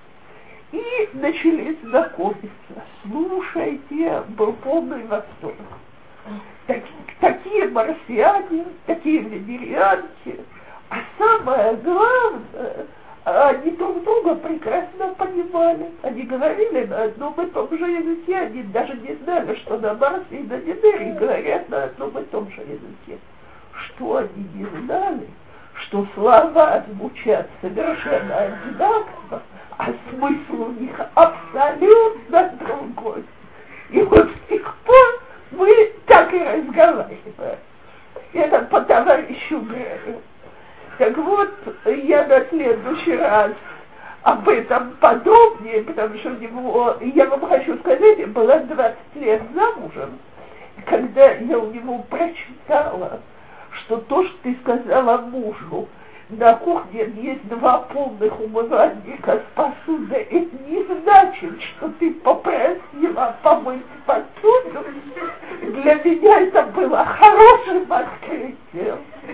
и начали знакомиться. Слушайте, был полный восторг. Так, такие марсиане, такие венерианки. А самое главное, они друг друга прекрасно понимали. Они говорили на одном и том же языке. Они даже не знали, что на Марсе и на Венере говорят на одном и том же языке. Что они не знали? Что слова звучат совершенно одинаково, а смысл у них абсолютно другой. И вот с тех пор мы так и разговариваем. Это по товарищу Грею. Так вот, я на следующий раз об этом подробнее, потому что у него, я вам хочу сказать, я была двадцать лет замужем, когда я у него прочитала, что то, что ты сказала мужу, на кухне есть два полных умывальника с посудой, это не значит, что ты попросила помыть посуду. Для меня это было хорошим открытием.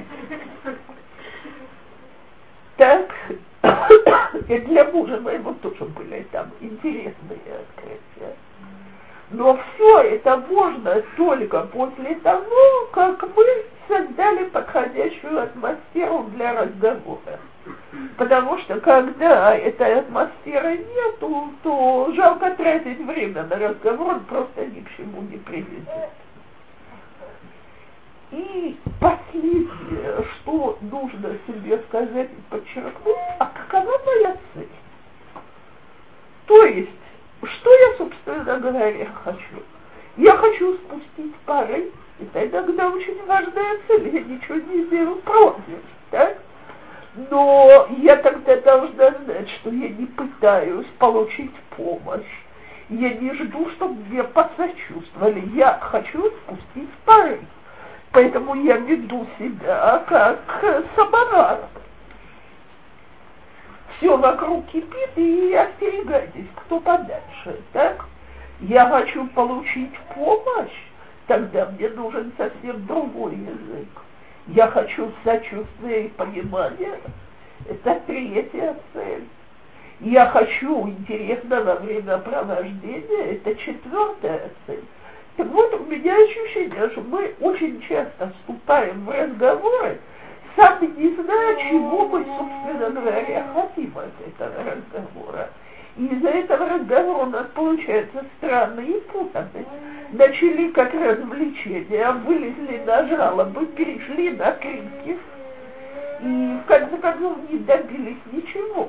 Так, и для мужа моего тоже были там интересные открытия. Но все это можно только после того, как мы создали подходящую атмосферу для разговора. Потому что когда этой атмосферы нету, то жалко тратить время на разговор, он просто ни к чему не приведет. И последнее, что нужно себе сказать и подчеркнуть, а какова моя цель? То есть, что я, собственно говоря, хочу? Я хочу спустить пары, это иногда очень важная цель, я ничего не сделаю против, так? Но я тогда должна знать, что я не пытаюсь получить помощь, я не жду, чтобы мне посочувствовали, я хочу спустить пары. Поэтому я веду себя как самовар. Все вокруг кипит, и остерегайтесь, кто подальше, так? Я хочу получить помощь, тогда мне нужен совсем другой язык. Я хочу сочувствия и понимания, это третья цель. Я хочу интересного времяпровождения, это четвертая цель. Так вот, у меня ощущение, что мы очень часто вступаем в разговоры, сами не зная, чего мы, собственно говоря, хотим от этого разговора. И из-за этого разговора у нас получается странные путаны. Начали как развлечения, вылезли на жалобы, перешли на крики. И в конце концов не добились ничего.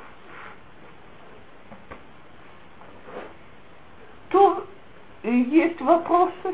То есть вопросы?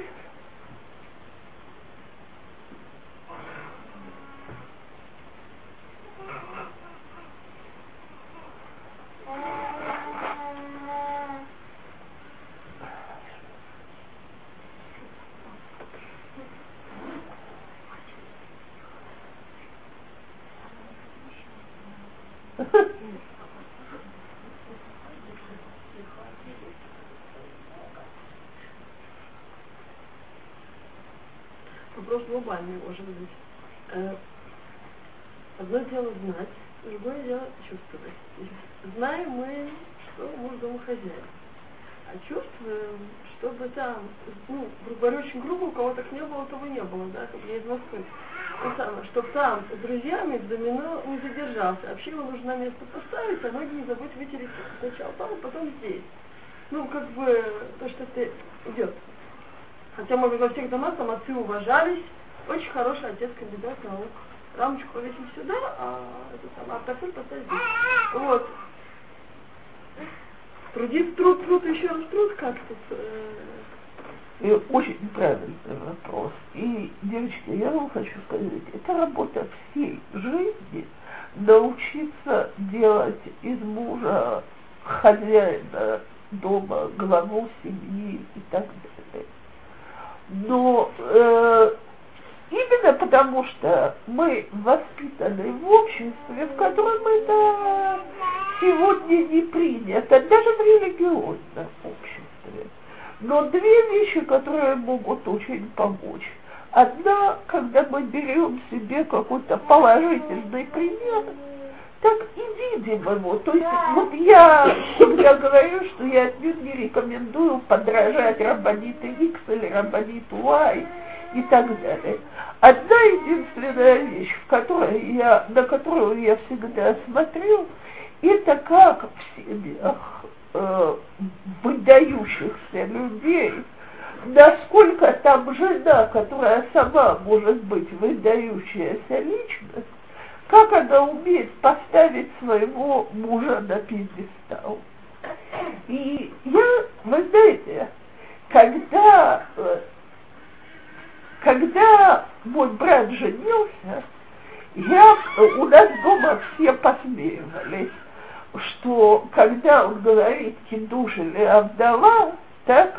Вопрос глобальный, может быть. Э, Одно дело знать, другое дело чувствовать. Знаем мы, что муж домохозяин, а чувствуем, чтобы там, ну, грубо говоря, очень грубо, у кого так не было, того не было, да, как я из Москвы. То самое, чтобы там с друзьями в домино не задержался. Вообще его нужно на место поставить, а ноги не забудь вытереть сначала там, а потом здесь. Ну, как бы, то, что это идет. Хотя, может, во всех домах там отцы уважались, очень хороший отец, кандидат наук. Рамочку повесим сюда, а это самое, а тафель поставить здесь. Вот. Трудить труд, труд, еще раз труд, как тут? Э... И очень правильный вопрос. И, девочки, я вам хочу сказать, это работа всей жизни, научиться делать из мужа хозяина дома, главу семьи и так далее. Но э, именно потому, что мы воспитаны в обществе, в котором это сегодня не принято, даже в религиозном обществе. Но две вещи, которые могут очень помочь. Одна, когда мы берем себе какой-то положительный пример, так и видим его. То есть вот я всегда говорю, что я отнюдь не рекомендую подражать Рабаниту Икс или Рабаниту Уай и так далее. Одна единственная вещь, в которой я, на которую я всегда смотрю, это как в семьях э, выдающихся людей, насколько там жена, которая сама может быть выдающаяся личность, как она умеет поставить своего мужа на пьедестал. И я, вы знаете, когда, когда мой брат женился, я, у нас дома все посмеивались, что когда он говорит кидуш или авдала, так,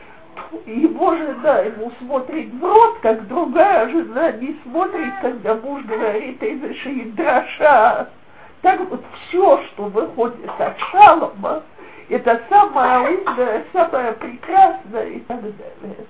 его жена ему смотрит в рот, как другая жена не смотрит, когда муж говорит «Эйзеши драша». Так вот, все, что выходит от шалома, это самое умное, самое прекрасное и так далее.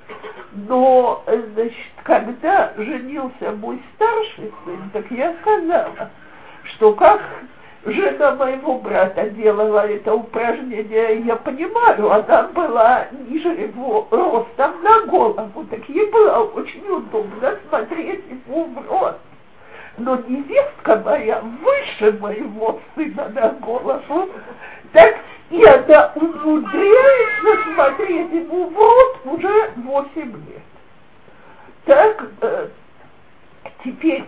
Но, значит, когда женился мой старший сын, так я сказала, что как жена моего брата делала это упражнение, я понимаю, она была ниже его ростом на голову, так ей было очень удобно смотреть ему в рот. Но невестка моя выше моего сына на голову, так и она умудряется смотреть ему в рот уже восемь лет. Так, э, теперь,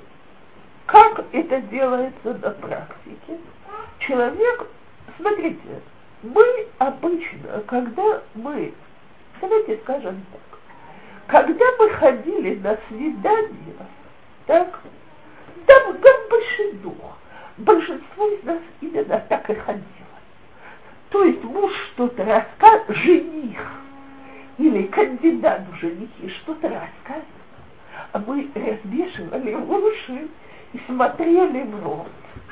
как это делается на практике? Человек, смотрите, мы обычно, когда мы, давайте скажем так, когда мы ходили на свидание, так, там гамбашидух, большинство из нас именно так и ходило. То есть муж что-то рассказывает, жених или кандидат в женихи что-то рассказывает, а мы развешивали уши и смотрели в рот.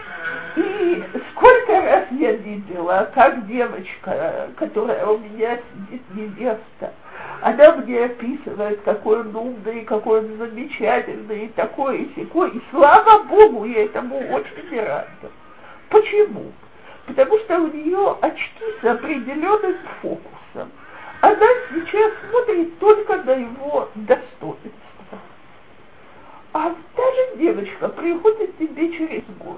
И сколько раз я видела, как девочка, которая у меня сидит, невеста, она мне описывает, какой он умный, какой он замечательный, и такой, и сякой, и слава Богу, я этому очень рада. Почему? Потому что у нее очки с определенным фокусом. Она сейчас смотрит только на его достоинство. А даже девочка приходит тебе через год.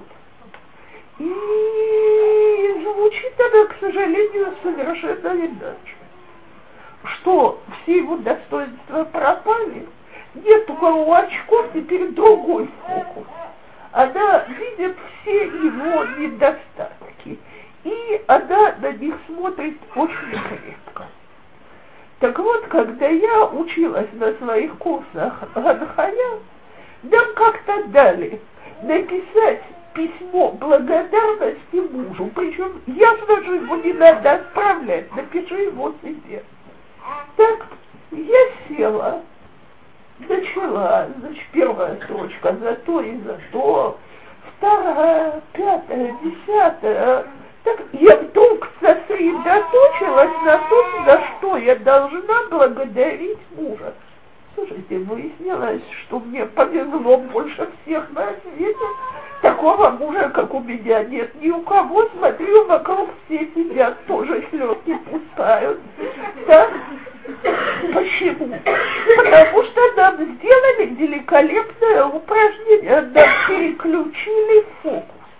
И звучит она, к сожалению, совершенно иначе. Что все его достоинства пропали, нет у кого очков, теперь другой фокус. Она видит все его недостатки, и она на них смотрит очень крепко. Так вот, когда я училась на своих курсах Ганхая, нам как-то дали написать письмо благодарности мужу, причем ясно, что его не надо отправлять, напиши его себе. Так, я села, начала, значит, первая строчка за то и за то, вторая, пятая, десятая. Так я вдруг сосредоточилась на том, за что я должна благодарить мужа. Слушайте, выяснилось, что мне повезло больше всех на свете. Такого мужа, как у меня, нет ни у кого. Смотрю, вокруг все сидят, тоже слезки пускают. Так? Почему? Потому что нам сделали великолепное упражнение, нам переключили фокус.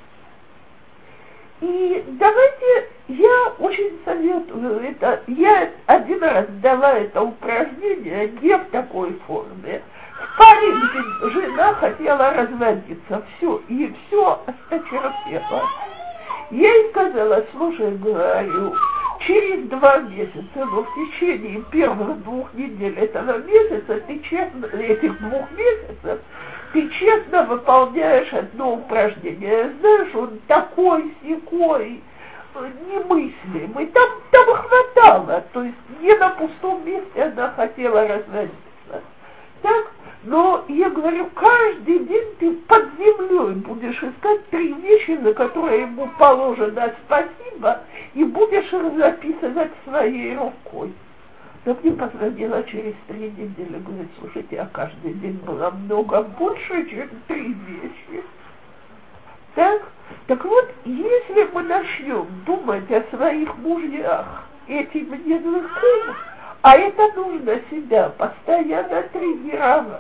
И давайте, я очень советую это, я один раз дала это упражнение не в такой форме. В паре, где жена хотела разводиться, все, и все осточертело. Я ей сказала, слушай, говорю, через два месяца, но в течение первых двух недель этого месяца, ты честно, этих двух месяцев, ты честно выполняешь одно упражнение. Знаешь, он такой-сякой, немыслимый. Там, там хватало, то есть не на пустом месте она хотела разводиться. Так? Но я говорю, каждый день ты под землей будешь искать три вещи, за которые ему положено спасибо, и будешь их записывать своей рукой. Но мне позвонила через три недели, говорит, слушайте, а каждый день было много больше, чем три вещи. Так? Так вот, если мы начнем думать о своих мужьях этим языком, а это нужно себя постоянно тренировать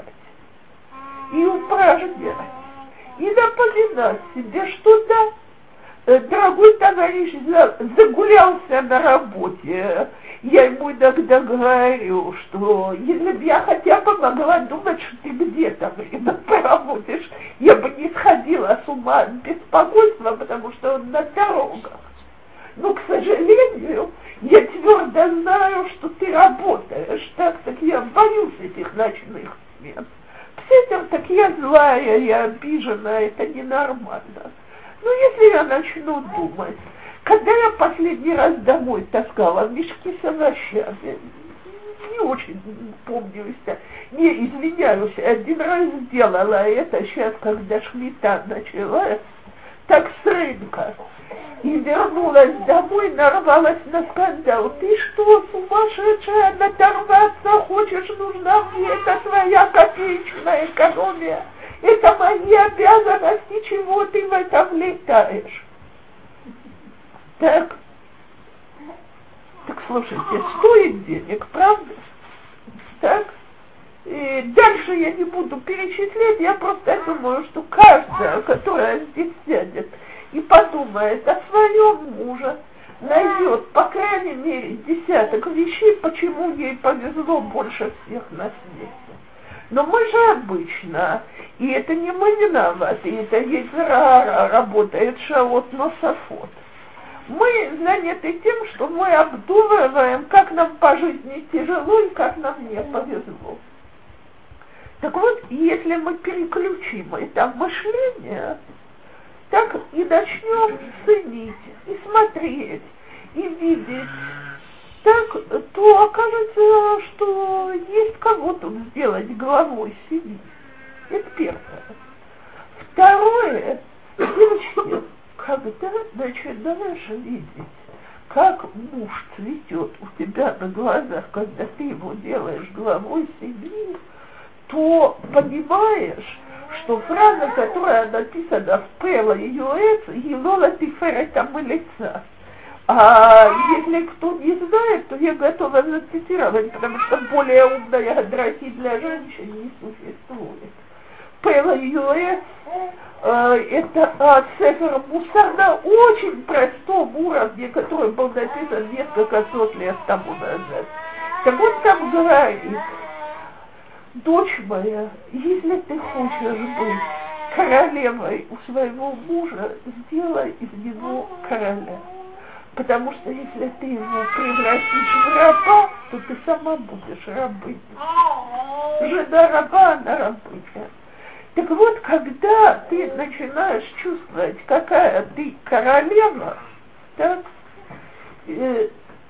и упражнять, и напоминать себе, что да, дорогой товарищ загулялся на работе. Я ему иногда говорю, что если бы я хотя бы могла думать, что ты где-то время проводишь, я бы не сходила с ума от беспокойства, потому что он на дорогах. Но, к сожалению, я твердо знаю, что ты работаешь, так, так я боюсь этих ночных смен. Псетер, так я злая, я обижена, это ненормально. Но если я начну думать, когда я последний раз домой таскала мешки с овощами, не очень помню, не извиняюсь, один раз сделала это сейчас, когда шмита началась, так с рынка. И вернулась домой, нарвалась на скандал. Ты что, сумасшедшая, надорваться хочешь? Нужна мне эта твоя копеечная экономия. Это мои обязанности, чего ты в это влетаешь? Так, так слушайте, стоит денег, правда? Так? И дальше я не буду перечислять, я просто думаю, что каждая, которая здесь сядет и подумает о своем муже, найдет, по крайней мере, десяток вещей, почему ей повезло больше всех на свете. Но мы же обычно, и это не мы виноваты, это Ецер-Гара работает шаот нософот. Мы заняты тем, что мы обдумываем, как нам по жизни тяжело и как нам не повезло. Так вот, если мы переключим это мышление, так и начнем ценить, и смотреть, и видеть, так, то окажется, что есть кого тут сделать главой семьи. Это первое. Второе, девочки, когда начинаешь видеть, как муж цветет у тебя на глазах, когда ты его делаешь главой семьи, то понимаешь, что фраза, которая написана в Пела и Йоэц, «Елола тиферет амелица». А если кто не знает, то я готова зацитировать, потому что более умная драхи для женщин не существует. Пела и Йоэц э, это от Сефера Мусар на очень простом уровне, который был написан несколько сот лет тому назад. Так вот там говорит: дочь моя, если ты хочешь быть королевой у своего мужа, сделай из него короля. Потому что если ты его превратишь в раба, то ты сама будешь рабыней. Жена раба, она рабыня. Так вот, когда ты начинаешь чувствовать, какая ты королева, так, э,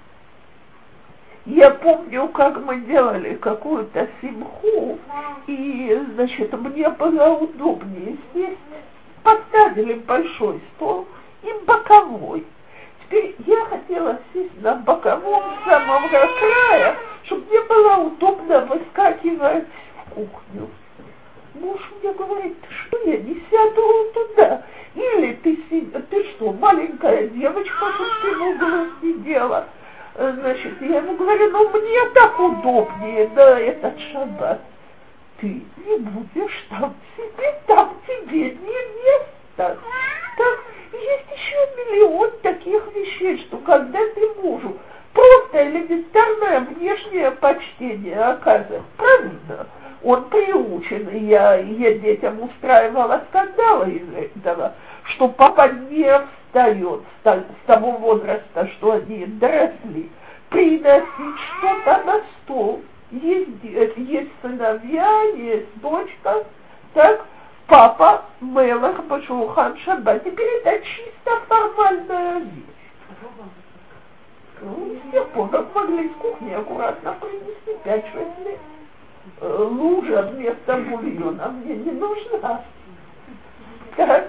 я помню, как мы делали какую-то симху, и, значит, мне было удобнее сесть, поставить поставили большой стол и боковой. Теперь я хотела сесть на боковом самого края, чтобы мне было удобно выскакивать в кухню. Муж мне говорит: ты что, я не сяду туда? Или ты, ты что, маленькая девочка, чтобы ты в углу сидела? Значит, я ему говорю: ну мне так удобнее, да, этот шаббат. Ты не будешь там сидеть, там тебе не место. Так, есть еще миллион таких вещей, что когда ты мужу просто элементарное внешнее почтение оказывает, правильно, он приучен, и я, я детям устраивала скандалы из-за этого, что папа не встает с того возраста, что они доросли, приносить что-то на стол. Есть, есть сыновья, есть дочка, так, папа Мелах Башулхан Шаббат. Теперь это чисто формальная вещь. Ну, с тех пор, как могли из кухни аккуратно принести пять-шесть лет. Лужа вместо бульона мне не нужна. Так.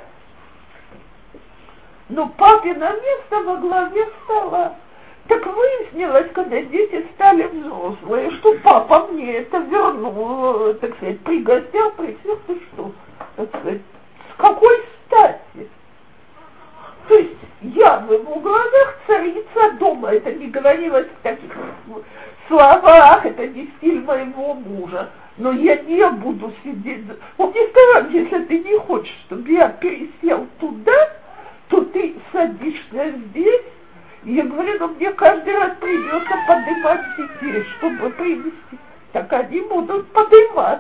Но папино место во главе стола. Так выяснилось, когда дети стали взрослые, что папа мне это вернул, так сказать, пригостил, при всех, ты что, так сказать, с какой стати? То есть я в его глазах царица дома, это не говорилось в таких словах, это не стиль моего мужа, но я не буду сидеть. Он мне сказал: если ты не хочешь, чтобы я пересел туда, то ты садишься здесь. И я говорю: но мне каждый раз придется поднимать детей, чтобы принести. Так они будут поднимать.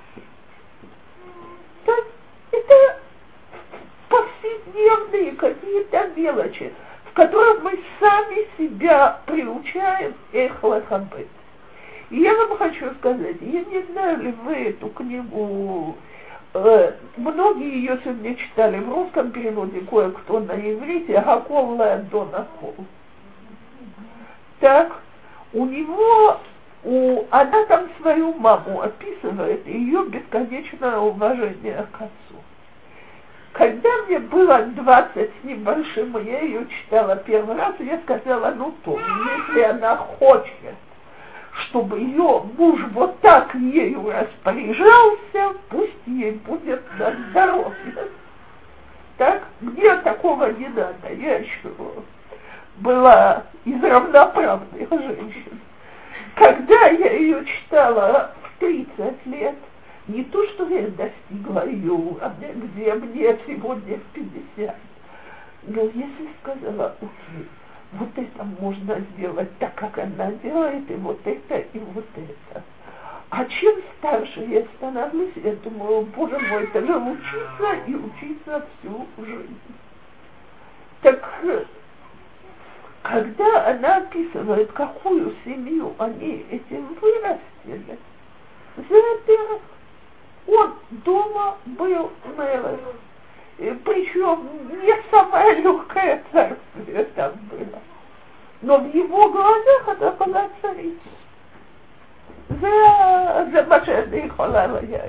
Так, это повседневные какие-то мелочи, в которых мы сами себя приучаем эхлахабет. И я вам хочу сказать, я не знаю, ли вы эту книгу, э, многие ее сегодня читали в русском переводе, кое-кто на иврите, Гакол Леадона Кол. Так, у него, у, она там свою маму описывает, ее бесконечное уважение к отцу. Когда мне было двадцать с небольшим, я ее читала первый раз, и я сказала: ну то, если она хочет, чтобы ее муж вот так ею распоряжался, пусть ей будет на здоровье. Так, мне такого не надо, я еще была из равноправных женщин. Когда я ее читала в тридцать лет, не то, что я достигла ее уровня, где мне сегодня в пятьдесят, но если сказала: окей, вот это можно сделать так, как она делает, и вот это, и вот это. А чем старше я становлюсь, я думаю: боже мой, это же учиться и учиться всю жизнь. Так, когда она описывает, какую семью они этим вырастили, во-первых, он дома был мэлом, причем не самое легкое царствие там было, но в его глазах она была царица. За, за машину и холала я.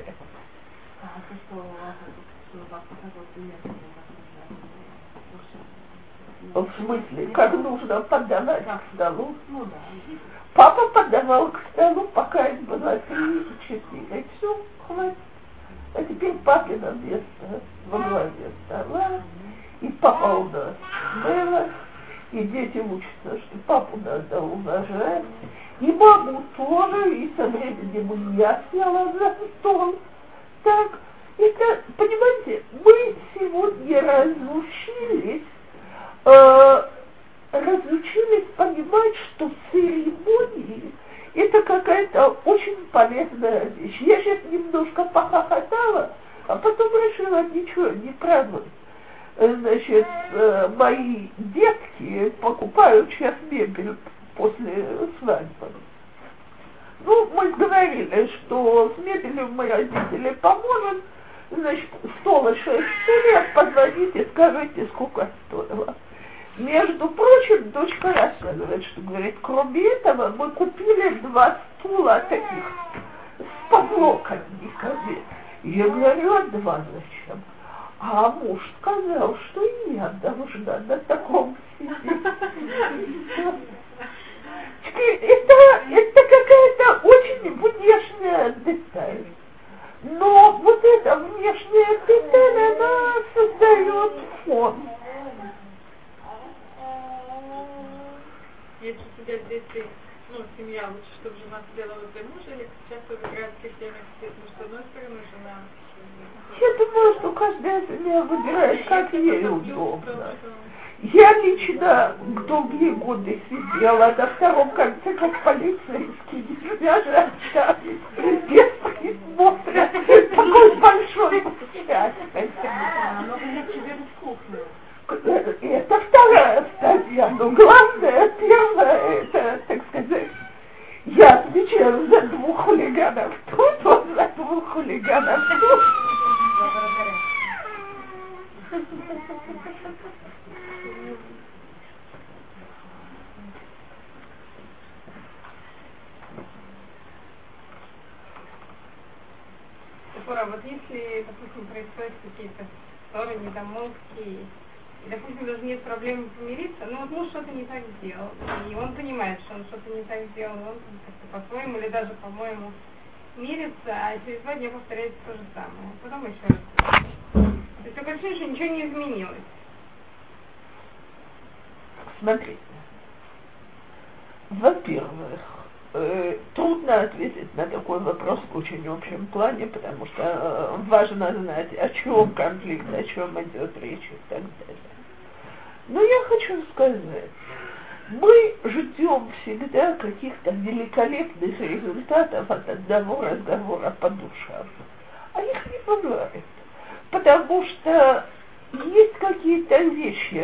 В смысле, как нужно подавать к столу? Папа подавал к столу, пока им было три-четыре. Все, хватит. А теперь папина место во главе стола. И папа у нас было. И дети учатся, что папу надо уважать. И маму тоже. И со временем я села за стол. Так, это, понимаете, мы сегодня разучились Э, разучились понимать, что церемонии – это какая-то очень полезная вещь. Я сейчас немножко похохотала, а потом решила: ничего, не правы. Значит, э, мои детки покупают сейчас мебель после свадьбы. Ну, мы говорили, что с мебелью мы, родители, поможем. Значит, стол и шесть стульев, позвоните, скажите, сколько стоило. Между прочим, дочка рассказывает, что, говорит, кроме этого мы купили два стула таких с подлокотниками. Я говорю: а два зачем? А муж сказал, что и я должна на таком сидеть. Теперь это, это какая-то очень внешняя деталь. Но вот эта внешняя деталь, она создает фон. Если тебя дети, ну, семья лучше, чтобы жена сидела возле мужа, или часто выбирают системы, ну, с одной стороны, жена... Я думаю, что каждая семья выбирает, как ей удобно. Я лично долгие годы сидела на втором конце, как полицейский, меня же оставили без присмотра такой большой части. Это вторая статья, но главное, первая, это, так сказать, я отвечаю за двух хулиганов тут, он за двух хулиганов тут. Ура, вот если, допустим, происходят какие-то ссоры, недомолвки, и, допустим, даже нет проблем помириться, но вот муж что-то не так сделал, и он понимает, что он что-то не так сделал, он как-то по-своему или даже по-моему мирится, а через два дня повторяется то же самое, потом еще раз. То есть такое ощущение, что ничего не изменилось. Смотрите, во-первых, э, трудно ответить на такой вопрос в очень общем плане, потому что э, важно знать, о чем конфликт, о чем идет речь и так далее. Но я хочу сказать, мы ждем всегда каких-то великолепных результатов от одного разговора по душам, а их не бывает, потому что есть какие-то вещи,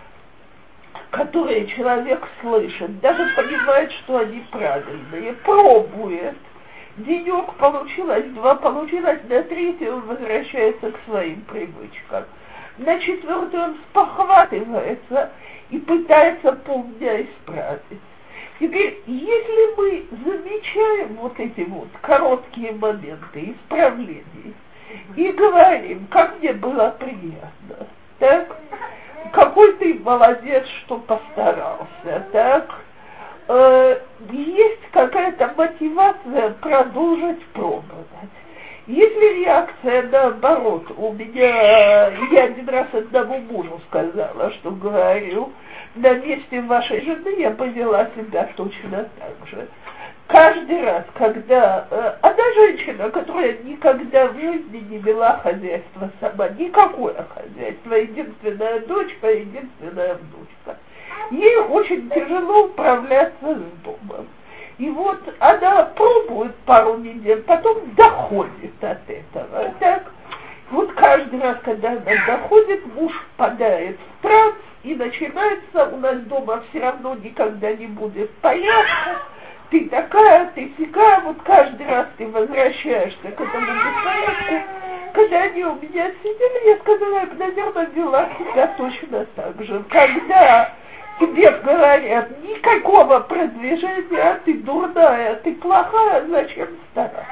которые человек слышит, даже понимает, что они правильные, пробует. Денек получилось, два получилось, на третий он возвращается к своим привычкам. На четвертый он спохватывается и пытается полдня исправить. Теперь, если мы замечаем вот эти вот короткие моменты исправлений и говорим, как мне было приятно, так, какой ты молодец, что постарался, так, э, есть какая-то мотивация продолжить пробовать. Если реакция наоборот, у меня, я один раз одному мужу сказала, что говорю, на месте вашей жены я повела себя точно так же. Каждый раз, когда э, одна женщина, которая никогда в жизни не вела хозяйство сама, никакое хозяйство, единственная дочка, единственная внучка, ей очень тяжело управляться с домом. И вот она пробует пару недель, потом доходит от этого. Так? Вот каждый раз, когда она доходит, муж впадает в транс, и начинается, у нас дома все равно никогда не будет порядка. Ты такая, ты сякая, вот каждый раз ты возвращаешься к этому беспорядку. Когда они у меня сидели, я сказала, я бы, наверное, вела себя точно так же. Когда тебе говорят, никакого продвижения, ты дурная, ты плохая, зачем стараться?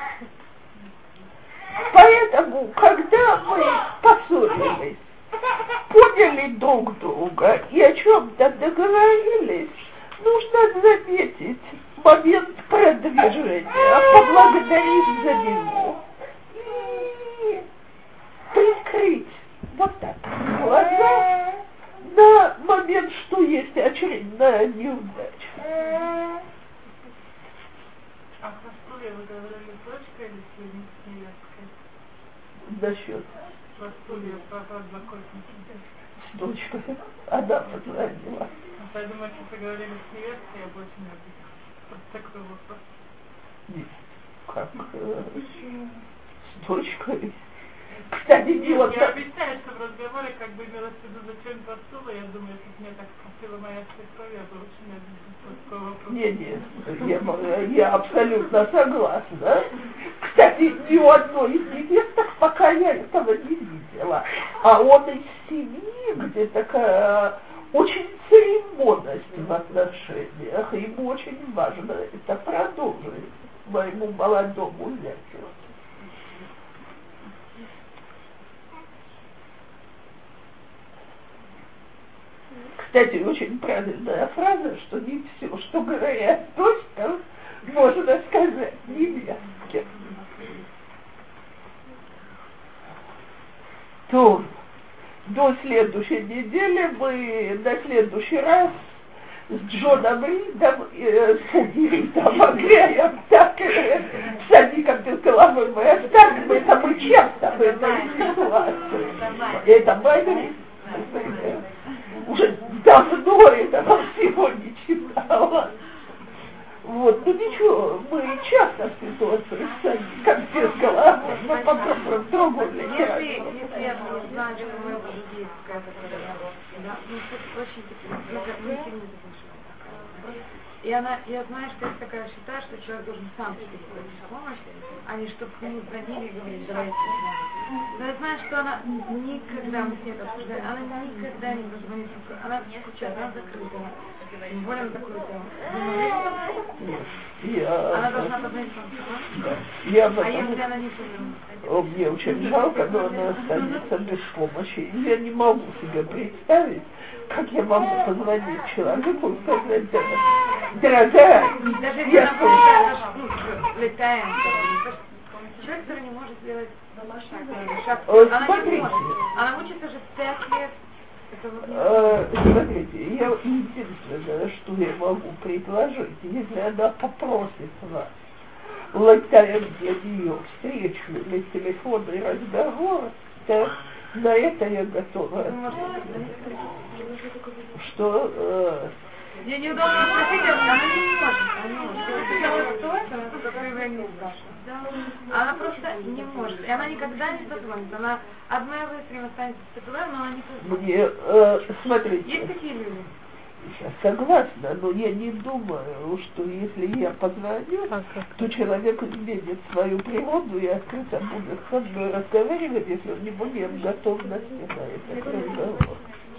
Поэтому, когда мы поссорились, поняли друг друга и о чем-то договорились, нужно заметить момент продвижения, поблагодарить за него и прикрыть вот так глаза на момент, что есть очередная неудача. А про стулья вы говорили с дочкой или с невесткой? Насчет Про стулья, про подлокотники. с дочкой. Она позвонила. Я думаю, что вы говорили с невесткой, я больше не обидела. Просто такой вопрос. Нет, как э, с дочкой. Кстати, Нет, вот я объясняю, что в разговоре как бы имелось в виду, зачем по стулу. Я думаю, если бы меня так спросила моя свекровь, я бы очень обиделась. Такой вопрос. Нет, нет, я, я абсолютно согласна. Кстати, ни у одной из невесток пока я этого не видела. А он из семьи, где такая очень церемонность в отношениях. Ему очень важно это продолжить моему молодому зятю. Кстати, очень правильная фраза, что не все, что говорят дочкам, можно сказать невестке. То до следующей недели мы на следующий раз с Джоном Ридом, э, с Ридом Андреем, так, э, с Садиком Белковым и остальным, это мы часто в этой ситуации. Это мы уже давно этого всего не читала. Вот, ну ничего, мы часто в ситуации с Садиком Белковым, мы потом друг другу Если, если я не знаю, что мы есть какая-то проблема, да, ну, это очень ну, как мы сильно заслушиваем. И она, я знаю, что есть такая считаю, что человек должен сам себе просить помощь, а не чтобы к нему звонили и говорили, давайте позвоните. Но я знаю, что она никогда, мы с ней это обсуждали, она никогда не позвонит, она сейчас, она закрыта, тем более на такую тему. Я, она должна позвонить вам сама? Я а если она не позвонит? Мне очень жалко, но она останется без помощи. Я не могу себе представить, как я могу позвонить человеку и сказать, дорогая, даже если я она ну, летаем, человек, который не может сделать шаг, она смотрите. не может. Она учится уже пять лет. Э, смотрите, я единственное, что я могу предложить, если она попросит вас локтаем для нее встречу или телефонный разговор, то на это я готова. Что? Э, Мне неудобно спросить, она не может. Она не может. Если такая ситуация, которую вы не спрашиваете. Она просто не может. И она никогда не позвонит. Она однажды с ним останется в ЦПВ, но она не позвонит. Мне, э, смотрите. Есть такие люди? Я согласна, но я не думаю, что если я позвоню, то человек изменит свою природу и открыто будет со мной разговаривать, если у него нет готовности на этот разговор.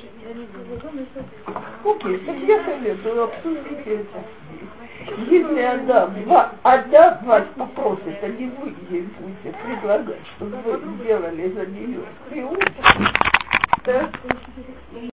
Окей, так я советую обсудить это с ней. Если она, она вас попросит, а не вы ей будете предлагать, чтобы вы сделали за нее приут, да?